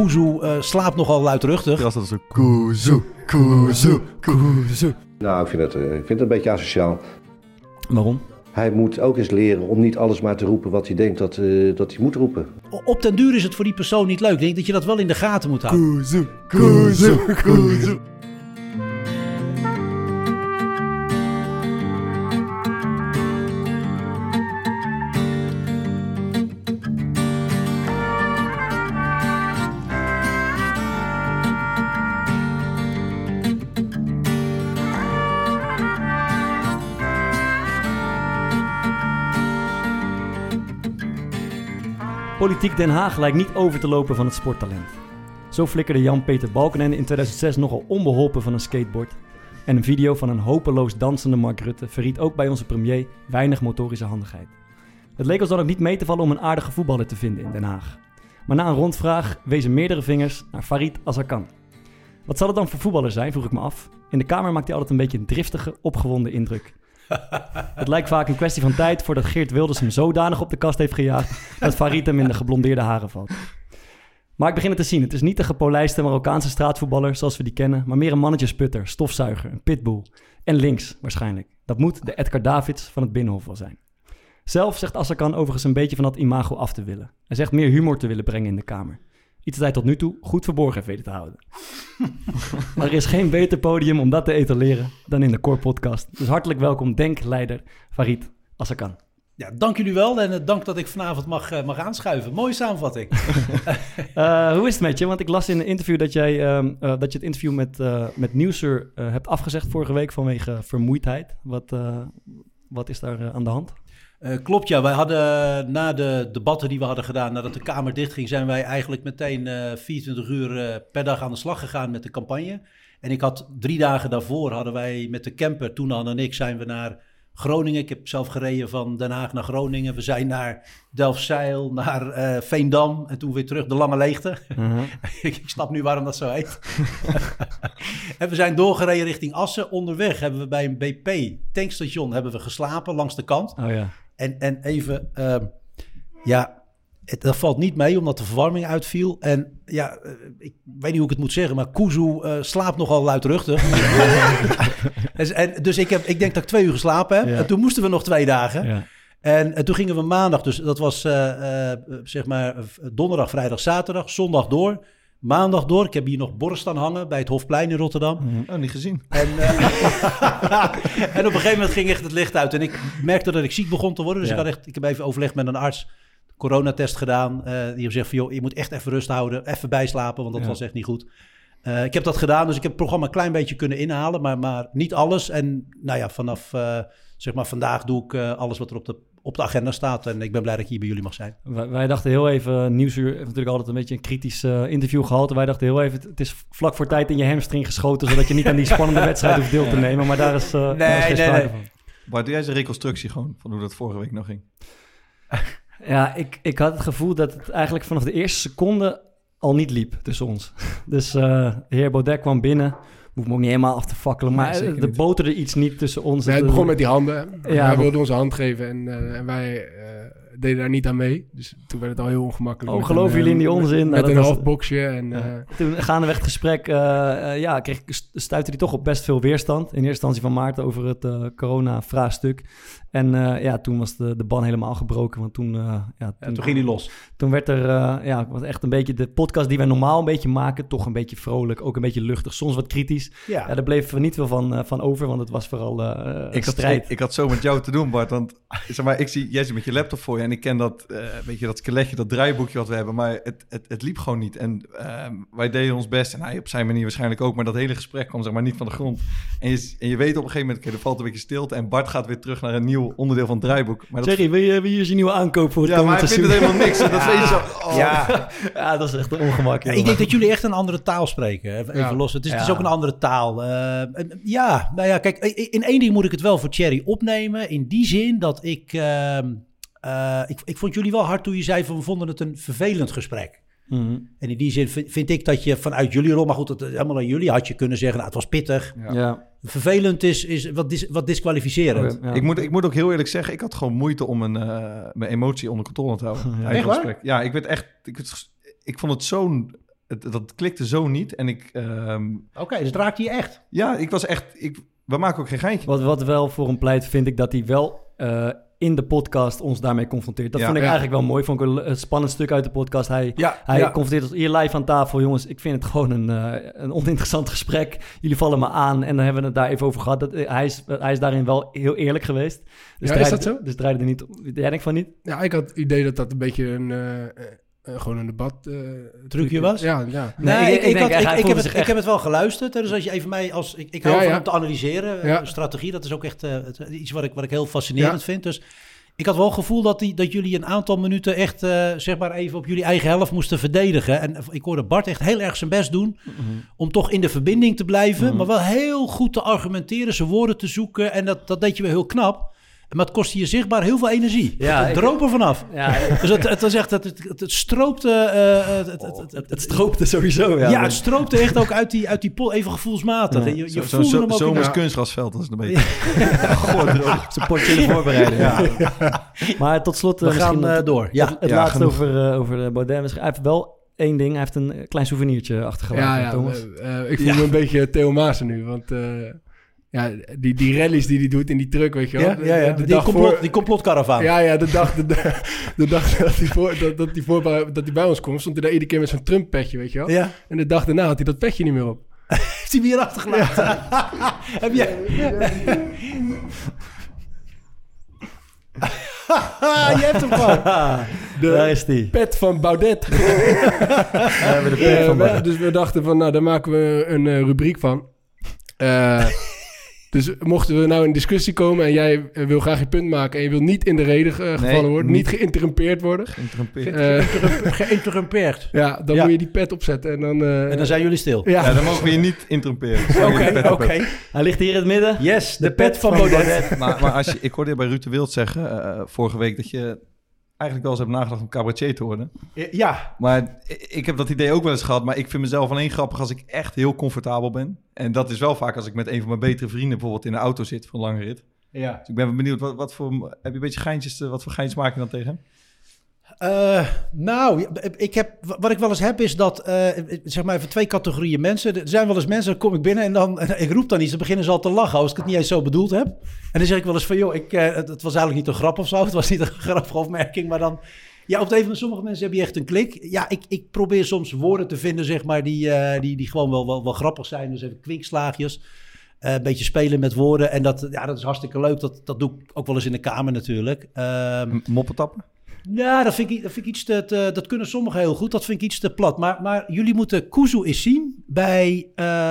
Kuzu slaapt nogal luidruchtig. Ja, dat is zo Kuzu. Nou, ik vind het een beetje asociaal. Waarom? Hij moet ook eens leren om niet alles maar te roepen wat hij denkt dat hij moet roepen. Op den duur is het voor die persoon niet leuk. Ik denk dat je dat wel in de gaten moet houden. Kuzu. Politiek Den Haag lijkt niet over te lopen van het sporttalent. Zo flikkerde Jan-Peter Balkenende in 2006 nogal onbeholpen van een skateboard. En een video van een hopeloos dansende Mark Rutte verried ook bij onze premier weinig motorische handigheid. Het leek ons dan ook niet mee te vallen om een aardige voetballer te vinden in Den Haag. Maar na een rondvraag wezen meerdere vingers naar Farid Azarkan. Wat zal het dan voor voetballer zijn, vroeg ik me af. In de kamer maakt hij altijd een beetje een driftige, opgewonden indruk. Het lijkt vaak een kwestie van tijd voordat Geert Wilders hem zodanig op de kast heeft gejaagd dat Farid hem in de geblondeerde haren valt. Maar ik begin het te zien. Het is niet de gepolijste Marokkaanse straatvoetballer zoals we die kennen, maar meer een mannetjesputter, stofzuiger, een pitbull. En links waarschijnlijk. Dat moet de Edgar Davids van het Binnenhof wel zijn. Zelf zegt Azarkan overigens een beetje van dat imago af te willen. Hij zegt meer humor te willen brengen in de kamer. Iets dat hij tot nu toe goed verborgen heeft weten te houden. Maar er is geen beter podium om dat te etaleren dan in de Core Podcast. Dus hartelijk welkom denkleider Farid Azarkan. Ja, dank jullie wel en dank dat ik vanavond mag aanschuiven. Mooie samenvatting. Hoe is het met je? Want ik las in een interview dat je het interview met Nieuwsuur hebt afgezegd vorige week vanwege vermoeidheid. Wat is daar aan de hand? Klopt, ja. Wij hadden na de debatten die we hadden gedaan, nadat de Kamer dichtging, zijn wij eigenlijk meteen 24 uur per dag aan de slag gegaan met de campagne. En ik had 3 dagen daarvoor, hadden wij met de camper, Toenan en ik, zijn we naar Groningen. Ik heb zelf gereden van Den Haag naar Groningen. We zijn naar Delfzijl, naar Veendam en toen weer terug de Lange Leegte. Uh-huh. Ik snap nu waarom dat zo heet. En we zijn doorgereden richting Assen. Onderweg hebben we bij een BP-tankstation geslapen langs de kant. Oh ja. En even, dat valt niet mee omdat de verwarming uitviel. En ja, ik weet niet hoe ik het moet zeggen, maar Kuzu slaapt nogal luidruchtig. Dus ik denk dat ik 2 uur geslapen heb. Ja. En toen moesten we nog 2 dagen. Ja. En toen gingen we maandag, dus dat was donderdag, vrijdag, zaterdag, zondag door. Maandag door. Ik heb hier nog borst staan hangen bij het Hofplein in Rotterdam. Oh, niet gezien. En op een gegeven moment ging echt het licht uit. En ik merkte dat ik ziek begon te worden. Dus ik heb even overlegd met een arts. Coronatest gedaan. Die heeft gezegd van, joh, je moet echt even rust houden. Even bijslapen, want dat was echt niet goed. Ik heb dat gedaan. Dus ik heb het programma een klein beetje kunnen inhalen. Maar niet alles. En nou ja, vanaf vandaag doe ik alles wat er op de agenda staat. En ik ben blij dat ik hier bij jullie mag zijn. Wij dachten heel even, Nieuwsuur heeft natuurlijk altijd een beetje een kritisch interview gehaald. Wij dachten heel even, het is vlak voor tijd in je hamstring geschoten, zodat je niet aan die spannende wedstrijd hoeft deel te nemen. Maar daar is geen sprake van. Maar doe jij eens een reconstructie gewoon van hoe dat vorige week nog ging? Ja, ik had het gevoel dat het eigenlijk vanaf de eerste seconde al niet liep tussen ons. Dus de heer Baudet kwam binnen. Hoef me ook niet helemaal af te fakkelen, maar er boterde iets niet tussen ons. Nee, het begon met die handen. Ja, hij wilde onze hand geven en wij deden daar niet aan mee. Dus toen werd het al heel ongemakkelijk. Oh, geloven jullie in die onzin? Met een halfboxje. En, Toen gaandeweg het gesprek stuitte hij toch op best veel weerstand. In eerste instantie van Maarten over het corona-vraagstuk. En toen was de ban helemaal gebroken. Want toen ging hij los. Toen werd er was echt een beetje de podcast die wij normaal een beetje maken. Toch een beetje vrolijk, ook een beetje luchtig. Soms wat kritisch. Ja, daar bleef niet veel van over, want het was vooral strijd. Ik had zo met jou te doen, Bart. Want zeg maar, jij zit met je laptop voor je. En ik ken dat skeletje, dat draaiboekje wat we hebben. Maar het liep gewoon niet. En wij deden ons best. En hij op zijn manier waarschijnlijk ook. Maar dat hele gesprek kwam zeg maar niet van de grond. En je weet op een gegeven moment, er valt een beetje stilte. En Bart gaat weer terug naar een nieuw onderdeel van het draaiboek. Maar Jerry, wil je hier een nieuwe aankoop voor het komende seizoen? Ja, maar hij vindt het helemaal niks. Dat weet je zo. Oh. Ja, dat is echt een ongemak. Ik denk dat jullie echt een andere taal spreken. Even los. Het is ook een andere taal. Kijk, in één ding moet ik het wel voor Thierry opnemen. In die zin dat ik vond jullie wel hard toen je zei van we vonden het een vervelend gesprek. Mm-hmm. En in die zin vind ik dat je vanuit jullie rol, maar goed, helemaal aan jullie had je kunnen zeggen, nou, het was pittig. Ja. Vervelend is wat disqualificerend. Okay, ja. Ik moet ook heel eerlijk zeggen, ik had gewoon moeite om mijn emotie onder controle te houden. Echt waar? Ja, ik vond het zo'n dat klikte zo niet. En Oké, dus het raakte je echt. Ja, ik was echt... We maken ook geen geintje. Wat wel voor hem pleit, vind ik dat hij wel in de podcast ons daarmee confronteert. Dat vond ik eigenlijk wel mooi. Vond ik een spannend stuk uit de podcast. Hij confronteert ons hier live aan tafel. Jongens, ik vind het gewoon een oninteressant gesprek. Jullie vallen me aan en dan hebben we het daar even over gehad. Hij is daarin wel heel eerlijk geweest. Dus is dat zo? Dus draaide er niet... Jij denkt van niet? Ja, ik had het idee dat dat een beetje gewoon een debat trucje was? Ja. Nee, ik heb het wel geluisterd. Dus als je even mij ik hou van om te analyseren. Strategie, dat is ook echt iets wat ik heel fascinerend vind. Dus ik had wel het gevoel dat jullie een aantal minuten echt zeg maar even op jullie eigen helft moesten verdedigen. En ik hoorde Bart echt heel erg zijn best doen om toch in de verbinding te blijven. Maar wel heel goed te argumenteren, zijn woorden te zoeken. En dat deed je wel heel knap. Maar het kostte je zichtbaar heel veel energie. Ja, het droop er vanaf. Ja, dus het was echt, het stroopte... Het stroopte sowieso, ja. Ja, het stroopte echt ook uit die pot, even gevoelsmatig. Ja. Je voelde hem ook... Zomers kunstgrasveld, dat is een beetje... Zo'n potje in voorbereiden. Ja. Maar tot slot... We gaan door. Ja. Het laatste over Baudet. Hij heeft wel één ding. Hij heeft een klein souvenirtje achtergelaten, Thomas. Ik voel me een beetje Theo Maassen nu, want... Ja, die rallies die hij doet in die truck, weet je wel. Ja. Die complotkaravaan. Ja, de dag dat hij bij ons komt, stond hij daar iedere keer met zo'n Trump-petje, weet je wel. Ja. En de dag daarna had hij dat petje niet meer op. Heeft hij weer achtergelaten? Ja. Heb jij... Je hebt hem gewoon. Daar is die. Pet van Baudet. Dus we dachten van, nou, daar maken we een rubriek van. Dus mochten we nou in discussie komen en jij wil graag je punt maken en je wil niet in de reden gevallen worden, niet geïnterrumpeerd worden. Geïnterrumpeerd. Ja, dan moet je die pet opzetten en dan zijn jullie stil. Ja, dan mogen we je niet interrumperen. Oké. Hij ligt hier in het midden. Yes, de pet van Baudet. Maar ik hoorde je bij Ruud de Wild zeggen vorige week dat je eigenlijk wel eens hebt nagedacht om cabaretier te worden. Ja. Maar ik heb dat idee ook wel eens gehad. Maar ik vind mezelf alleen grappig als ik echt heel comfortabel ben. En dat is wel vaak als ik met een van mijn betere vrienden bijvoorbeeld in de auto zit voor een lange rit. Ja. Dus ik ben benieuwd, wat voor heb je een beetje geintjes, wat voor geintjes maak je dan tegen hem? Wat ik wel eens heb is dat, zeg maar even 2 categorieën mensen. Er zijn wel eens mensen, dan kom ik binnen en ik roep dan iets. Dan beginnen ze al te lachen als ik het niet eens zo bedoeld heb. En dan zeg ik wel eens van, joh, het was eigenlijk niet een grap of zo. Het was niet een grappige opmerking, maar dan... Ja, op de een of andere sommige mensen heb je echt een klik. Ja, ik probeer soms woorden te vinden, zeg maar, die gewoon wel grappig zijn. Dus even kwinkslaagjes. Een beetje spelen met woorden. En dat is hartstikke leuk. Dat doe ik ook wel eens in de kamer natuurlijk. Moppen tappen? Ja, dat vind ik iets dat kunnen sommigen heel goed. Dat vind ik iets te plat. Maar jullie moeten Kuzu eens zien bij...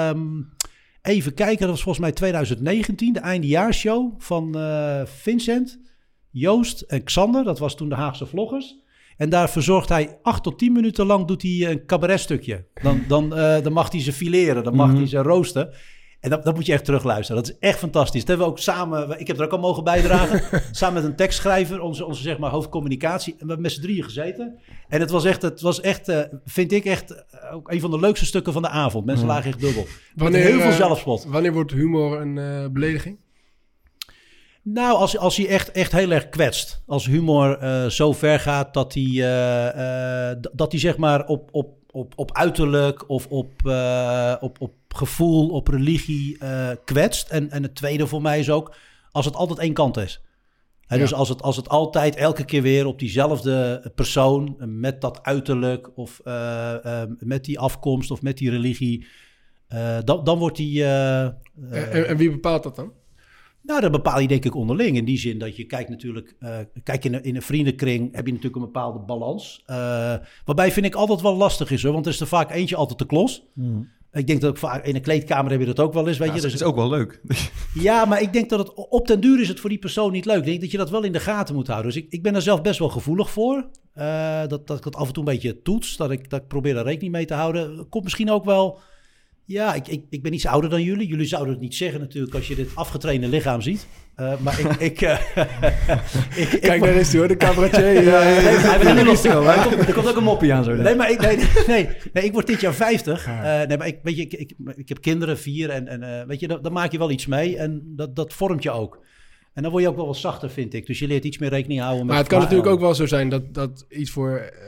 even kijken, dat was volgens mij 2019. De eindejaarsshow van Vincent, Joost en Xander. Dat was toen de Haagse Vloggers. En daar verzorgt hij 8 tot 10 minuten lang doet hij een cabaretstukje. Dan mag hij ze fileren, dan mag hij ze roosten. En dat moet je echt terugluisteren. Dat is echt fantastisch. Dat hebben we ook samen... Ik heb er ook al mogen bijdragen. Samen met een tekstschrijver, onze zeg maar hoofdcommunicatie. En we hebben met z'n drieën gezeten. En het was echt vind ik echt ook een van de leukste stukken van de avond. Mensen lagen echt dubbel. Heel veel zelfspot. Wanneer wordt humor een belediging? Nou, als hij echt heel erg kwetst. Als humor zo ver gaat dat hij zeg maar op uiterlijk of op gevoel, op religie kwetst. En het tweede voor mij is ook als het altijd één kant is. He, dus als het altijd elke keer weer op diezelfde persoon met dat uiterlijk of met die afkomst of met die religie, dan wordt die... En wie bepaalt dat dan? Nou, dat bepaal je denk ik onderling. In die zin dat je kijkt natuurlijk... in een vriendenkring heb je natuurlijk een bepaalde balans. Waarbij vind ik altijd wel lastig is, hoor. Want er is er vaak eentje altijd te klos. Ik denk dat ook vaak in een kleedkamer heb je dat ook wel eens. Weet je? Dat is ook wel leuk. Ja, maar ik denk dat het op den duur is het voor die persoon niet leuk. Ik denk dat je dat wel in de gaten moet houden. Dus ik ben er zelf best wel gevoelig voor. Dat ik dat af en toe een beetje toets. Dat ik probeer daar rekening mee te houden. Komt misschien ook wel... Ja, ik ben iets ouder dan jullie. Jullie zouden het niet zeggen natuurlijk als je dit afgetrainde lichaam ziet. Maar Kijk daar eens hoor, de cabaretier. Hij wil er niet zo. Er komt ook een moppie aan zo. Nee, ik word dit jaar 50. Maar ik heb kinderen, 4. En weet je, dan maak je wel iets mee. En dat vormt je ook. En dan word je ook wel wat zachter, vind ik. Dus je leert iets meer rekening houden met... Maar het kan natuurlijk ook wel zo zijn dat iets voor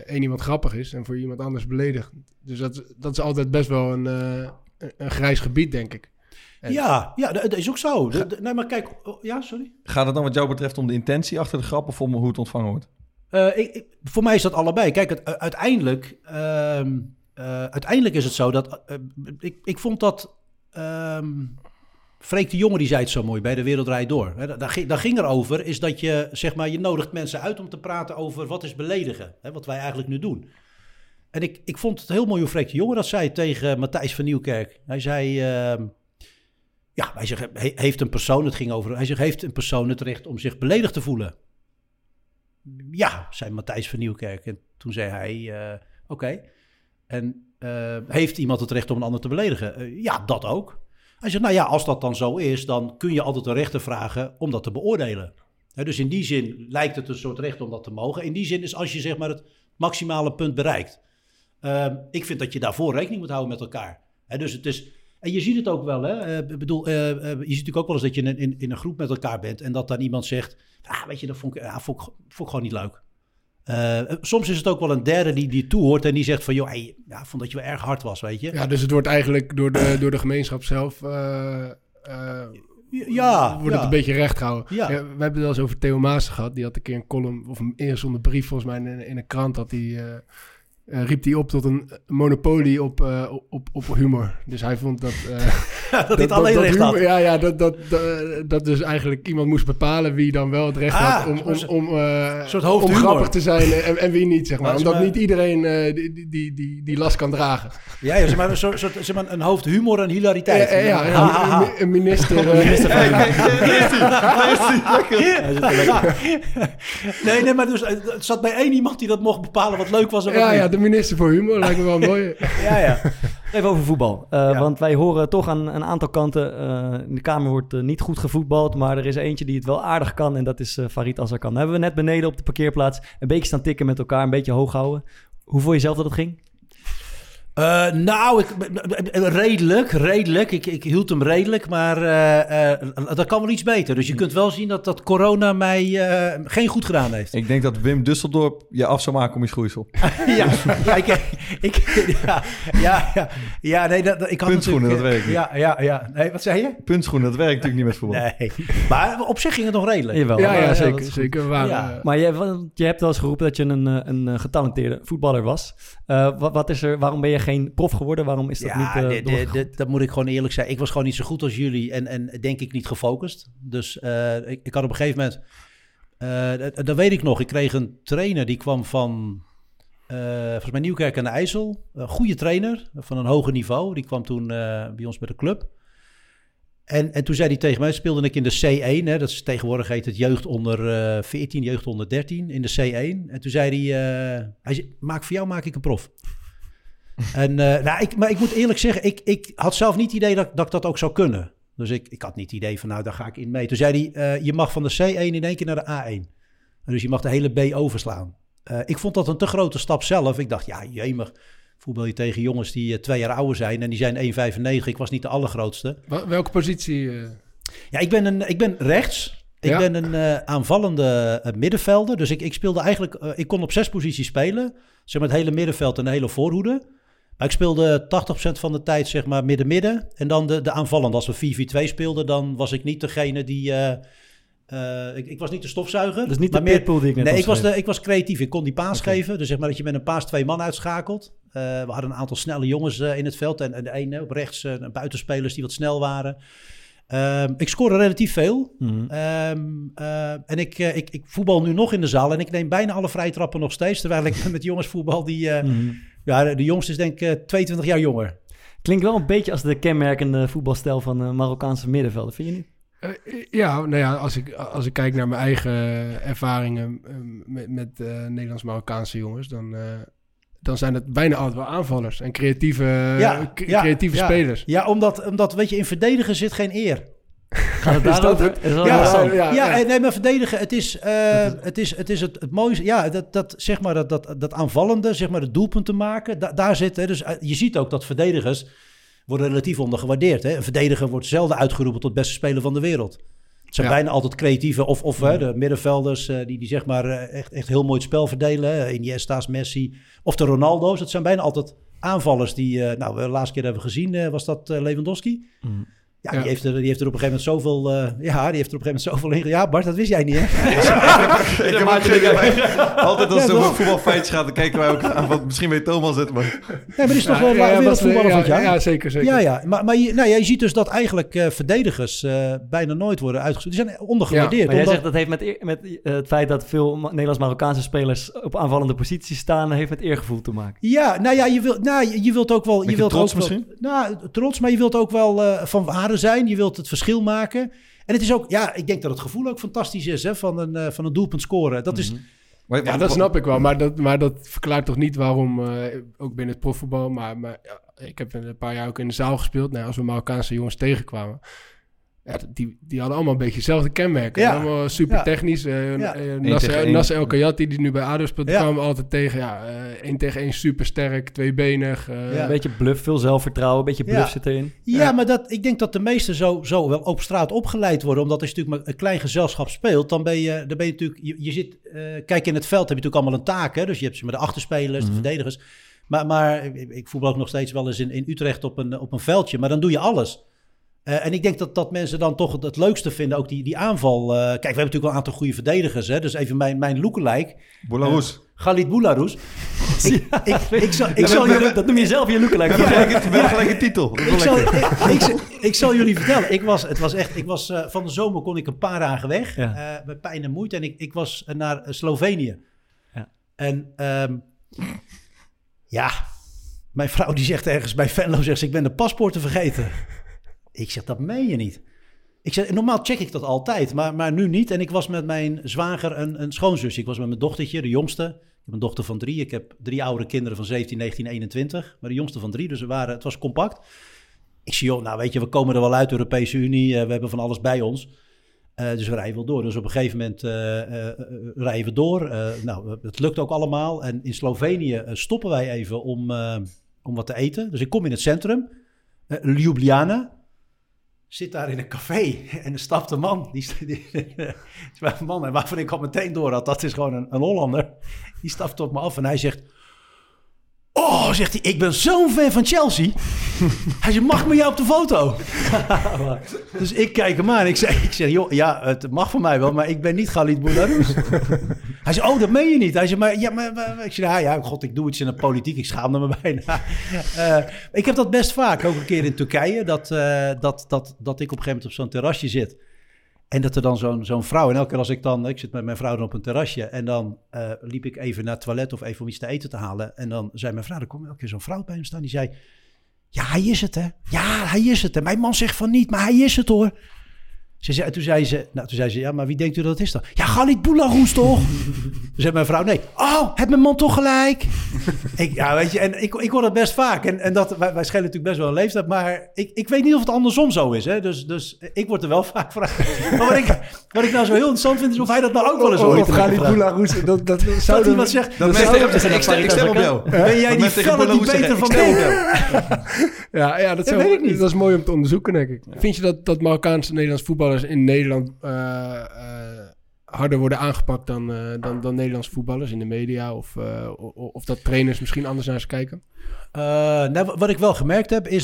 één iemand grappig is en voor iemand anders beledigend. Dus dat is altijd best wel een grijs gebied, denk ik. Ja, dat is ook zo. Nee, maar kijk... ja, sorry? Gaat het dan wat jou betreft om de intentie achter de grap of om hoe het ontvangen wordt? Voor mij is dat allebei. Kijk, uiteindelijk is het zo dat... ik vond dat... Freek de Jonge die zei het zo mooi bij De Wereld Draait Door. Daar ging er over, is dat je, zeg maar, je nodigt mensen uit om te praten over wat is beledigen. Hè, wat wij eigenlijk nu doen. En ik vond het heel mooi hoe Freek de Jonge dat zei tegen Matthijs van Nieuwkerk. Hij zei... hij zegt, heeft een persoon, het ging over... Hij zegt, heeft een persoon het recht om zich beledigd te voelen? Ja, zei Matthijs van Nieuwkerk. En toen zei hij, oké. En heeft iemand het recht om een ander te beledigen? Ja, dat ook. Hij zegt, nou ja, als dat dan zo is, dan kun je altijd een rechter vragen om dat te beoordelen. Dus in die zin lijkt het een soort recht om dat te mogen. In die zin is als je zeg maar het maximale punt bereikt. Ik vind dat je daarvoor rekening moet houden met elkaar. Dus het is... En je ziet het ook wel, hè. Je ziet natuurlijk ook wel eens dat je in een groep met elkaar bent en dat dan iemand zegt, weet je, dat vond ik gewoon niet leuk. Soms is het ook wel een derde die toehoort en die zegt van, joh, vond dat je wel erg hard was, weet je. Ja, dus het wordt eigenlijk door de gemeenschap zelf wordt het een beetje recht gehouden. Ja. We hebben het wel eens over Theo Maassen gehad. Die had een keer een column, of een ingezonde brief volgens mij in een krant, dat hij... riep hij op tot een monopolie op humor. Dus hij vond dat... dat dit alleen recht had. Ja, dat dus eigenlijk iemand moest bepalen wie dan wel het recht had om grappig te zijn en wie niet, zeg maar. Omdat niet iedereen die last kan dragen. Ja, zeg maar een hoofd humor en hilariteit. Een minister... Nee, maar dus, het zat bij één iemand die dat mocht bepalen wat leuk was en wat niet. De minister voor humor lijkt me wel mooi. Ja. Even over voetbal. Want wij horen toch aan een aantal kanten... in de Kamer wordt niet goed gevoetbald... maar er is eentje die het wel aardig kan... en dat is Farid Azarkan. Hebben we net beneden op de parkeerplaats... een beetje staan tikken met elkaar... een beetje hoog houden. Hoe vond je zelf dat het ging? Redelijk. Ik hield hem redelijk, maar dat kan wel iets beter. Dus je kunt wel zien dat corona mij geen goed gedaan heeft. Ik denk dat Wim Dusseldorp je af zou maken om je schoeisel. Puntschoenen, dat werkt niet. Ja. Nee, wat zei je? Puntschoenen, dat werkt natuurlijk niet met voetbal. Nee, maar op zich ging het nog redelijk. Jawel, ja, zeker. Maar je hebt wel eens geroepen dat je een getalenteerde voetballer was. Wat is er? Waarom ben je geen prof geworden? Waarom is dat niet dat moet ik gewoon eerlijk zeggen. Ik was gewoon niet zo goed als jullie en denk ik niet gefocust. Dus ik had op een gegeven moment... dat weet ik nog. Ik kreeg een trainer die kwam van... volgens mij Nieuwkerk aan de IJssel. Goede trainer van een hoger niveau. Die kwam toen bij ons bij de club. En toen zei hij tegen mij, speelde ik in de C1. Hè, dat is tegenwoordig heet het jeugd onder 14, jeugd onder 13 in de C1. En toen zei hij voor jou maak ik een prof. Maar ik moet eerlijk zeggen, ik had zelf niet het idee dat ik dat ook zou kunnen. Dus ik had niet het idee van, nou, daar ga ik in mee. Toen zei hij, je mag van de C1 in één keer naar de A1. Dus je mag de hele B overslaan. Ik vond dat een te grote stap zelf. Ik dacht, ja, jemig, voetbal je tegen jongens die 2 jaar ouder zijn. En die zijn 1,95. Ik was niet de allergrootste. Welke positie? Ja, ik ben rechts. Ik ben een aanvallende middenvelder. Dus ik speelde eigenlijk... ik kon op 6 posities spelen. Zeg maar het hele middenveld en de hele voorhoede. Maar ik speelde 80% van de tijd zeg maar midden. En dan de aanvallende. Als we 4-4-2 speelden, dan was ik niet degene die... ik was niet de stofzuiger. Dus niet de pitbull die ik net ik was creatief. Ik kon die paas geven. Dus zeg maar dat je met een paas 2 man uitschakelt. We hadden een aantal snelle jongens in het veld. En de ene op rechts buitenspelers die wat snel waren. Ik scoorde relatief veel. Mm-hmm. En ik voetbal nu nog in de zaal. En ik neem bijna alle vrije trappen nog steeds. Terwijl ik met jongens voetbal die... Ja, de jongste is denk ik 22 jaar jonger. Klinkt wel een beetje als de kenmerkende voetbalstijl van Marokkaanse middenvelden, vind je niet? Als ik kijk naar mijn eigen ervaringen met Nederlands-Marokkaanse jongens, dan zijn het bijna altijd wel aanvallers en creatieve spelers. Ja, omdat weet je, in verdedigen zit geen eer. Gaat het daarover? Nee, maar verdedigen, het is het mooiste. Ja, dat zeg maar dat aanvallende, zeg maar het doelpunt te maken, daar zit. Hè, dus je ziet ook dat verdedigers worden relatief ondergewaardeerd. Hè? Een verdediger wordt zelden uitgeroepen tot beste speler van de wereld. Het zijn bijna altijd creatieve of de middenvelders die zeg maar echt heel mooi het spel verdelen. Iniesta's, Messi of de Ronaldo's. Het zijn bijna altijd aanvallers die, we de laatste keer hebben gezien, was dat Lewandowski? Ja, die heeft er op een gegeven moment zoveel... Ja, Bart, dat wist jij niet, hè? Altijd als het over voetbalfeitjes gaat, dan kijken wij ook aan wat misschien weet Thomas het. Maar... Nee, maar dit is toch wel wereldvoetballer van het jaar? Ja, zeker. Ja. Maar je ziet dus dat eigenlijk verdedigers bijna nooit worden uitgezocht. Die zijn ondergewaardeerd. Maar jij zegt dat heeft met het feit dat veel Nederlands-Marokkaanse spelers op aanvallende posities staan, heeft met eergevoel te maken. Ja, je wilt ook wel... Je wilt trots ook misschien? Trots, maar je wilt ook wel van waarde zijn. Je wilt het verschil maken. En het is ook... Ja, ik denk dat het gevoel ook fantastisch is, hè, van een doelpunt scoren. Dat is... Ja, dat snap ik wel. Maar dat verklaart toch niet waarom, ook binnen het profvoetbal... Maar ik heb een paar jaar ook in de zaal gespeeld. Nou, als we Marokkaanse jongens tegenkwamen... Ja, die hadden allemaal een beetje dezelfde kenmerken. Ja. Allemaal super technisch. Nasser El Khayyati, die nu bij ADO speelt, kwamen we altijd tegen. 1 tegen 1 super sterk, tweebenig. Een beetje bluff, veel zelfvertrouwen, een beetje bluff zit erin. Ja, maar ik denk dat de meesten zo wel op straat opgeleid worden. Omdat als je natuurlijk maar een klein gezelschap speelt, dan ben je natuurlijk... Je zit, kijk, in het veld heb je natuurlijk allemaal een taak. Hè? Dus je hebt de achterspelers, de verdedigers. Maar ik voetbal ook nog steeds wel eens in Utrecht op een veldje. Maar dan doe je alles. En ik denk dat mensen dan toch het leukste vinden, ook die aanval. Kijk, we hebben natuurlijk wel een aantal goede verdedigers. Hè? Dus even mijn lookalike. Boularus. Khalid Boularus. Dat noem je zelf je lookalike. We hebben gelijk een titel. Ik zal jullie vertellen. Ik was van de zomer kon ik een paar dagen weg. Met pijn en moeite. En ik was naar Slovenië. Ja. En mijn vrouw die zegt ergens bij Venlo, zegt ze, ik ben de paspoorten vergeten. Ik zeg, dat meen je niet. Ik zeg, normaal check ik dat altijd, maar nu niet. En ik was met mijn zwager een schoonzus. Ik was met mijn dochtertje, de jongste. Ik heb een dochter van 3. Ik heb 3 oudere kinderen van 17, 19, 21. Maar de jongste van 3, dus het was compact. Ik zeg, joh, nou weet je, we komen er wel uit, de Europese Unie. We hebben van alles bij ons. Dus we rijden wel door. Dus op een gegeven moment rijden we door. Het lukt ook allemaal. En in Slovenië stoppen wij even om wat te eten. Dus ik kom in het centrum. Ljubljana. Zit daar in een café en er stapt een man. Een man en waarvan ik al meteen door had, dat is gewoon een Hollander. Die stapt op me af en hij zegt... Oh, zegt hij, ik ben zo'n fan van Chelsea. Hij zegt, mag ik met jou op de foto? Dus ik kijk hem aan. Ik zeg, joh, ja, het mag van mij wel, maar ik ben niet Khalid Boularus. Hij zegt, oh, dat meen je niet. Hij zegt, maar ik zeg, god, ik doe iets in de politiek. Ik schaamde me bijna. Ik heb dat best vaak, ook een keer in Turkije, dat ik op een gegeven moment op zo'n terrasje zit. En dat er dan zo'n vrouw... En elke keer als ik zit met mijn vrouw dan op een terrasje... en dan liep ik even naar het toilet of even om iets te eten te halen. En dan zei mijn vrouw, er komt elke keer zo'n vrouw bij hem staan. Die zei, ja, hij is het, hè. Ja, hij is het. En mijn man zegt van niet, maar hij is het, hoor. Toen zei ze, ja, maar wie denkt u dat het is dan? Ja, Khalid Boularus, toch? Toen zei mijn vrouw, nee. Oh, heb mijn man toch gelijk? Weet je, en ik hoor dat best vaak. En dat, wij schelen natuurlijk best wel een leeftijd, maar ik weet niet of het andersom zo is. Hè? Dus ik word er wel vaak gevraagd. Maar wat ik nou zo heel interessant vind, is of hij dat nou ook wel eens ooit Khalid Boularus, dat zou iemand zegt... Ik stem op jou. Ben jij die felle die beter van mij? Ja, dat weet ik niet. Dat is mooi om te onderzoeken, denk ik. Vind je dat Marokkaanse Nederlands voetballers in Nederland harder worden aangepakt dan Nederlandse voetballers in de media? Of dat trainers misschien anders naar ze kijken? Wat ik wel gemerkt heb, is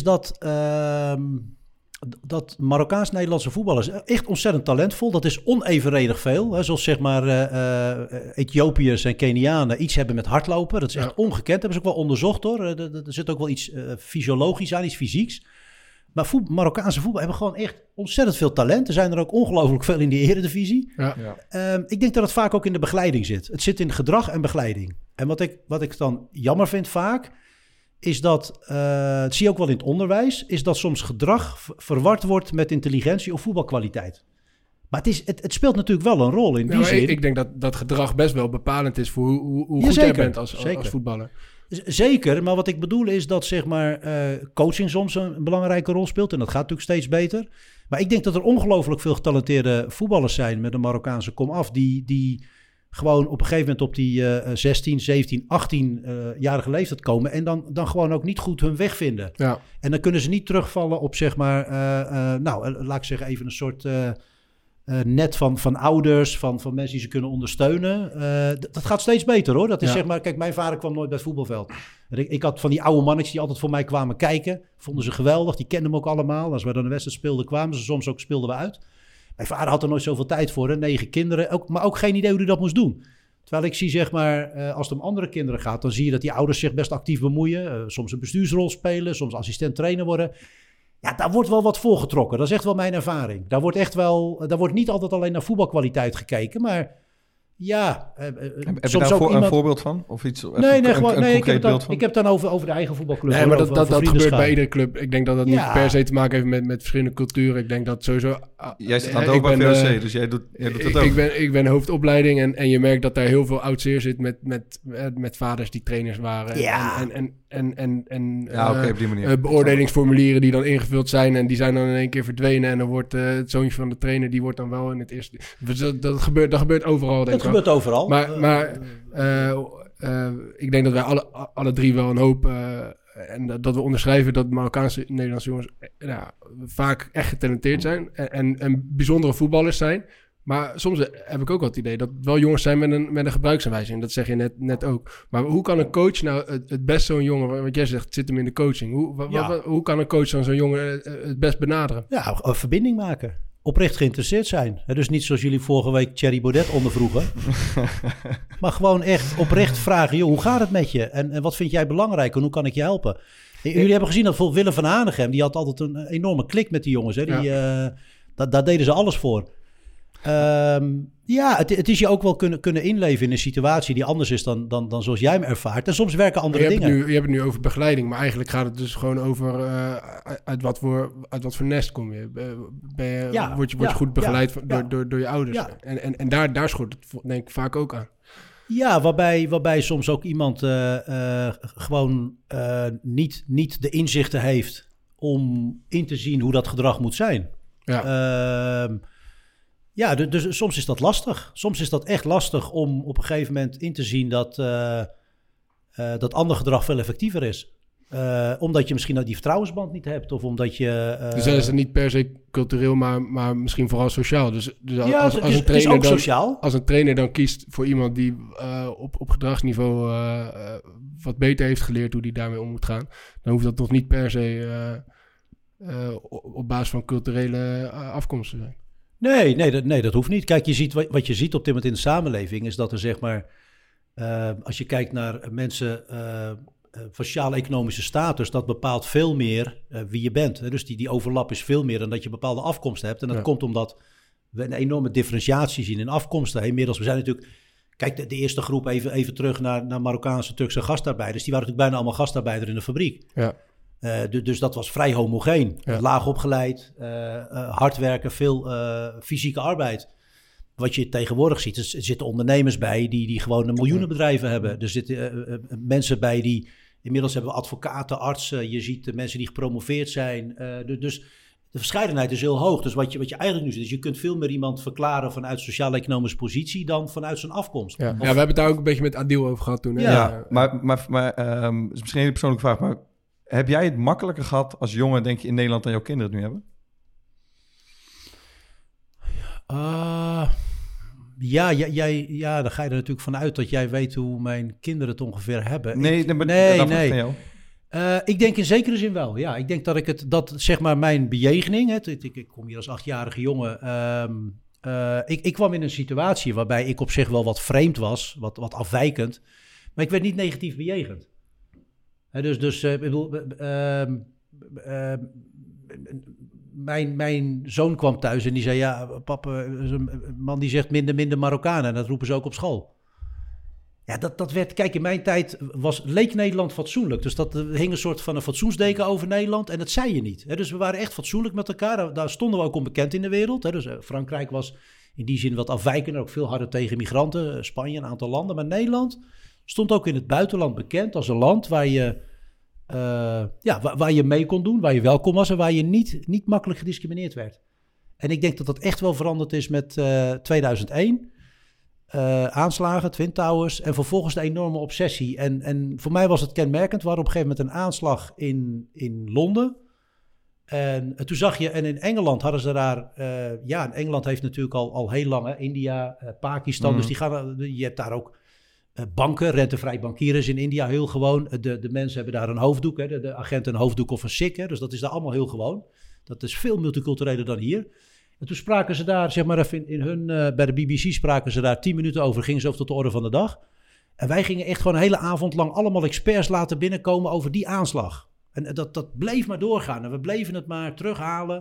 dat Marokkaans-Nederlandse voetballers echt ontzettend talentvol. Dat is onevenredig veel. Hè? Zoals zeg maar Ethiopiërs en Kenianen iets hebben met hardlopen. Dat is echt ongekend. Dat hebben ze ook wel onderzocht, hoor. Er zit ook wel iets fysiologisch aan, iets fysieks. Maar Marokkaanse voetbal hebben gewoon echt ontzettend veel talent. Er zijn er ook ongelooflijk veel in de Eredivisie. Ja. Ik denk dat het vaak ook in de begeleiding zit. Het zit in gedrag en begeleiding. En wat ik dan jammer vind vaak, is dat, dat zie je ook wel in het onderwijs, is dat soms gedrag verward wordt met intelligentie of voetbalkwaliteit. Maar het speelt natuurlijk wel een rol in die zin. Ik denk dat gedrag best wel bepalend is voor hoe goed jij bent als voetballer. Zeker, maar wat ik bedoel is dat zeg maar coaching soms een belangrijke rol speelt. En dat gaat natuurlijk steeds beter. Maar ik denk dat er ongelooflijk veel getalenteerde voetballers zijn met een Marokkaanse komaf. Die gewoon op een gegeven moment op die 16, 17, 18-jarige leeftijd komen. En dan gewoon ook niet goed hun weg vinden. Ja. En dan kunnen ze niet terugvallen op zeg maar, laat ik zeggen even een soort... net van ouders, van mensen die ze kunnen ondersteunen. Dat gaat steeds beter hoor. Dat is zeg maar, kijk, mijn vader kwam nooit bij het voetbalveld. Ik had van die oude mannetjes die altijd voor mij kwamen kijken. Vonden ze geweldig, die kenden me ook allemaal. Als we dan de wedstrijd speelden, kwamen ze soms ook, speelden we uit. Mijn vader had er nooit zoveel tijd voor, hè? 9 kinderen, maar ook geen idee hoe hij dat moest doen. Terwijl ik zie, zeg maar, als het om andere kinderen gaat, dan zie je dat die ouders zich best actief bemoeien. Soms een bestuursrol spelen, soms assistent trainer worden. Ja, daar wordt wel wat voorgetrokken. Dat is echt wel mijn ervaring. Daar wordt niet altijd alleen naar voetbalkwaliteit gekeken, maar ja. Heb je daar een voorbeeld van? Of iets? Ik heb het dan over de eigen voetbalclub. Nee, maar dat gebeurt bij iedere club. Ik denk dat dat niet per se te maken heeft met verschillende culturen. Ik denk dat sowieso... Jij staat ook bij VOC, dus jij doet het ook. Ik ben hoofdopleiding en je merkt dat daar heel veel oud zeer zit met vaders die trainers waren. Ja. Op die manier. Beoordelingsformulieren die dan ingevuld zijn en die zijn dan in één keer verdwenen. En dan wordt het zoontje van de trainer, die wordt dan wel in het eerste... Dat gebeurt overal, denk ik. Dat gebeurt overal. Maar ik denk dat wij alle drie wel een hoop... en dat we onderschrijven dat Marokkaanse Nederlandse jongens vaak echt getalenteerd zijn. En bijzondere voetballers zijn. Maar soms heb ik ook wel het idee dat het wel jongens zijn met een gebruiksaanwijzing. Dat zeg je net ook. Maar hoe kan een coach nou het best zo'n jongen... Want jij zegt, het zit hem in de coaching. Hoe kan een coach dan zo'n jongen het best benaderen? Ja, een verbinding maken. Oprecht geïnteresseerd zijn. Dus niet zoals jullie vorige week Thierry Baudet ondervroegen. Maar gewoon echt oprecht vragen... Joh, hoe gaat het met je? En wat vind jij belangrijk? En hoe kan ik je helpen? Jullie hebben gezien dat bijvoorbeeld Willem van Hanegem... die had altijd een enorme klik met die jongens. Hè? Daar deden ze alles voor. Het is je ook wel kunnen inleven in een situatie... die anders is dan zoals jij hem ervaart. En soms werken andere dingen. Je hebt het nu over begeleiding... maar eigenlijk gaat het dus gewoon over... uit wat voor nest kom je? Word je goed begeleid door je ouders? Ja. En daar schort het denk ik vaak ook aan. Ja, waarbij soms ook iemand gewoon niet de inzichten heeft... om in te zien hoe dat gedrag moet zijn. Ja. Dus soms is dat lastig. Soms is dat echt lastig om op een gegeven moment in te zien dat ander gedrag veel effectiever is. Omdat je misschien die vertrouwensband niet hebt. Of omdat je... Dus dat is het niet per se cultureel, maar misschien vooral sociaal. Dus het is ook sociaal. Als een trainer dan kiest voor iemand die op gedragsniveau wat beter heeft geleerd hoe die daarmee om moet gaan, dan hoeft dat nog niet per se op basis van culturele afkomst te zijn. Nee, dat hoeft niet. Kijk, wat je ziet op dit moment in de samenleving is dat er zeg maar... als je kijkt naar mensen van sociaal-economische status... dat bepaalt veel meer wie je bent. Dus die overlap is veel meer dan dat je bepaalde afkomst hebt. En dat komt omdat we een enorme differentiatie zien in afkomsten. Inmiddels, we zijn natuurlijk... Kijk, de eerste groep, even terug naar Marokkaanse, Turkse gastarbeiders... die waren natuurlijk bijna allemaal gastarbeider in de fabriek. Ja. Dus dat was vrij homogeen. Ja. Laag opgeleid, hard werken, veel fysieke arbeid. Wat je tegenwoordig ziet, er zitten ondernemers bij die gewoon miljoenenbedrijven hebben. Er zitten mensen bij die... Inmiddels hebben we advocaten, artsen. Je ziet de mensen die gepromoveerd zijn. Dus de verscheidenheid is heel hoog. Dus wat je eigenlijk nu ziet, is je kunt veel meer iemand verklaren vanuit sociaal-economische positie dan vanuit zijn afkomst. Ja, we hebben het daar ook een beetje met Adil over gehad toen. Ja, maar is misschien een hele persoonlijke vraag, maar heb jij het makkelijker gehad als jongen, denk je, in Nederland dan jouw kinderen het nu hebben? Ja, dan ga je er natuurlijk vanuit dat jij weet hoe mijn kinderen het ongeveer hebben. Nee. Ik denk in zekere zin wel. Ja, ik denk dat zeg maar mijn bejegening. Ik kom hier als 8-jarige jongen. Ik kwam in een situatie waarbij ik op zich wel wat vreemd was, wat afwijkend, maar ik werd niet negatief bejegend. Ik bedoel, mijn zoon kwam thuis en die zei, ja, papa, een man die zegt minder Marokkanen. En dat roepen ze ook op school. Ja, dat werd, kijk, in mijn tijd leek Nederland fatsoenlijk. Dus dat hing een soort van een fatsoensdeken over Nederland en dat zei je niet. Dus we waren echt fatsoenlijk met elkaar. Daar stonden we ook onbekend in de wereld. Dus Frankrijk was in die zin wat afwijkender, ook veel harder tegen migranten. Spanje, een aantal landen. Maar Nederland stond ook in het buitenland bekend als een land waar je mee kon doen, waar je welkom was en waar je niet makkelijk gediscrimineerd werd. En ik denk dat dat echt wel veranderd is met 2001. Aanslagen, Twin Towers en vervolgens de enorme obsessie. En voor mij was het kenmerkend. We hadden op een gegeven moment een aanslag in Londen. En toen zag je, en in Engeland hadden ze daar... in Engeland heeft natuurlijk al heel lang, India, Pakistan. Dus je hebt daar ook banken, rentevrij bankieren in India, heel gewoon. De mensen hebben daar een hoofddoek, hè, de agenten een hoofddoek of een sik. Hè, dus dat is daar allemaal heel gewoon. Dat is veel multicultureler dan hier. En toen spraken ze daar, zeg maar even in hun... bij de BBC spraken ze daar 10 minuten over, gingen ze over tot de orde van de dag. En wij gingen echt gewoon een hele avond lang allemaal experts laten binnenkomen over die aanslag. En dat bleef maar doorgaan. En we bleven het maar terughalen.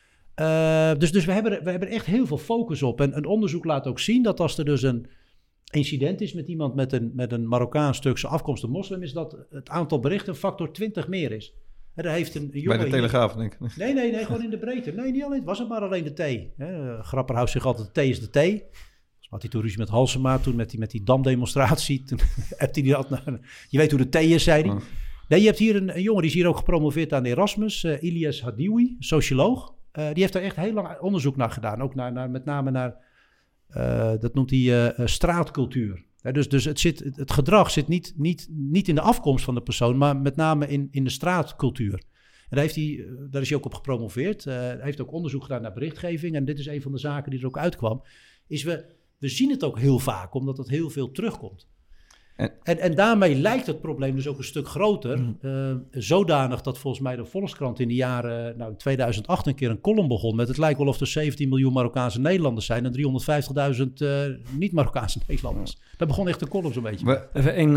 Dus we hebben echt heel veel focus op. En een onderzoek laat ook zien dat als er dus een incident is met iemand met een Marokkaans-Turkse afkomst, een moslim, is dat het aantal berichten een factor 20 meer is. En daar heeft een jongen... Bij de Telegraaf, denk ik. Nee, gewoon in de breedte. Nee, niet alleen. Het was het maar alleen de thee. Grapper houdt zich altijd, de thee is de thee. Had hij toen ruzie met Halsema, toen met die damdemonstratie. Toen hebt hij dat. Je weet hoe de thee is, zei hij. Nee, je hebt hier een jongen, die is hier ook gepromoveerd aan de Erasmus. Ilyas Hadioui, socioloog. Die heeft daar echt heel lang onderzoek naar gedaan. Ook met name naar, dat noemt hij straatcultuur. Dus het gedrag zit niet in de afkomst van de persoon, maar met name in de straatcultuur. En daar is hij ook op gepromoveerd. Hij heeft ook onderzoek gedaan naar berichtgeving. En dit is een van de zaken die er ook uitkwam. Is we zien het ook heel vaak, omdat het heel veel terugkomt. En daarmee lijkt het probleem dus ook een stuk groter. Zodanig dat volgens mij de Volkskrant in de jaren... in 2008 een keer een column begon met... het lijkt wel of er 17 miljoen Marokkaanse Nederlanders zijn... en 350.000 niet-Marokkaanse Nederlanders. Dat begon echt een column zo'n beetje.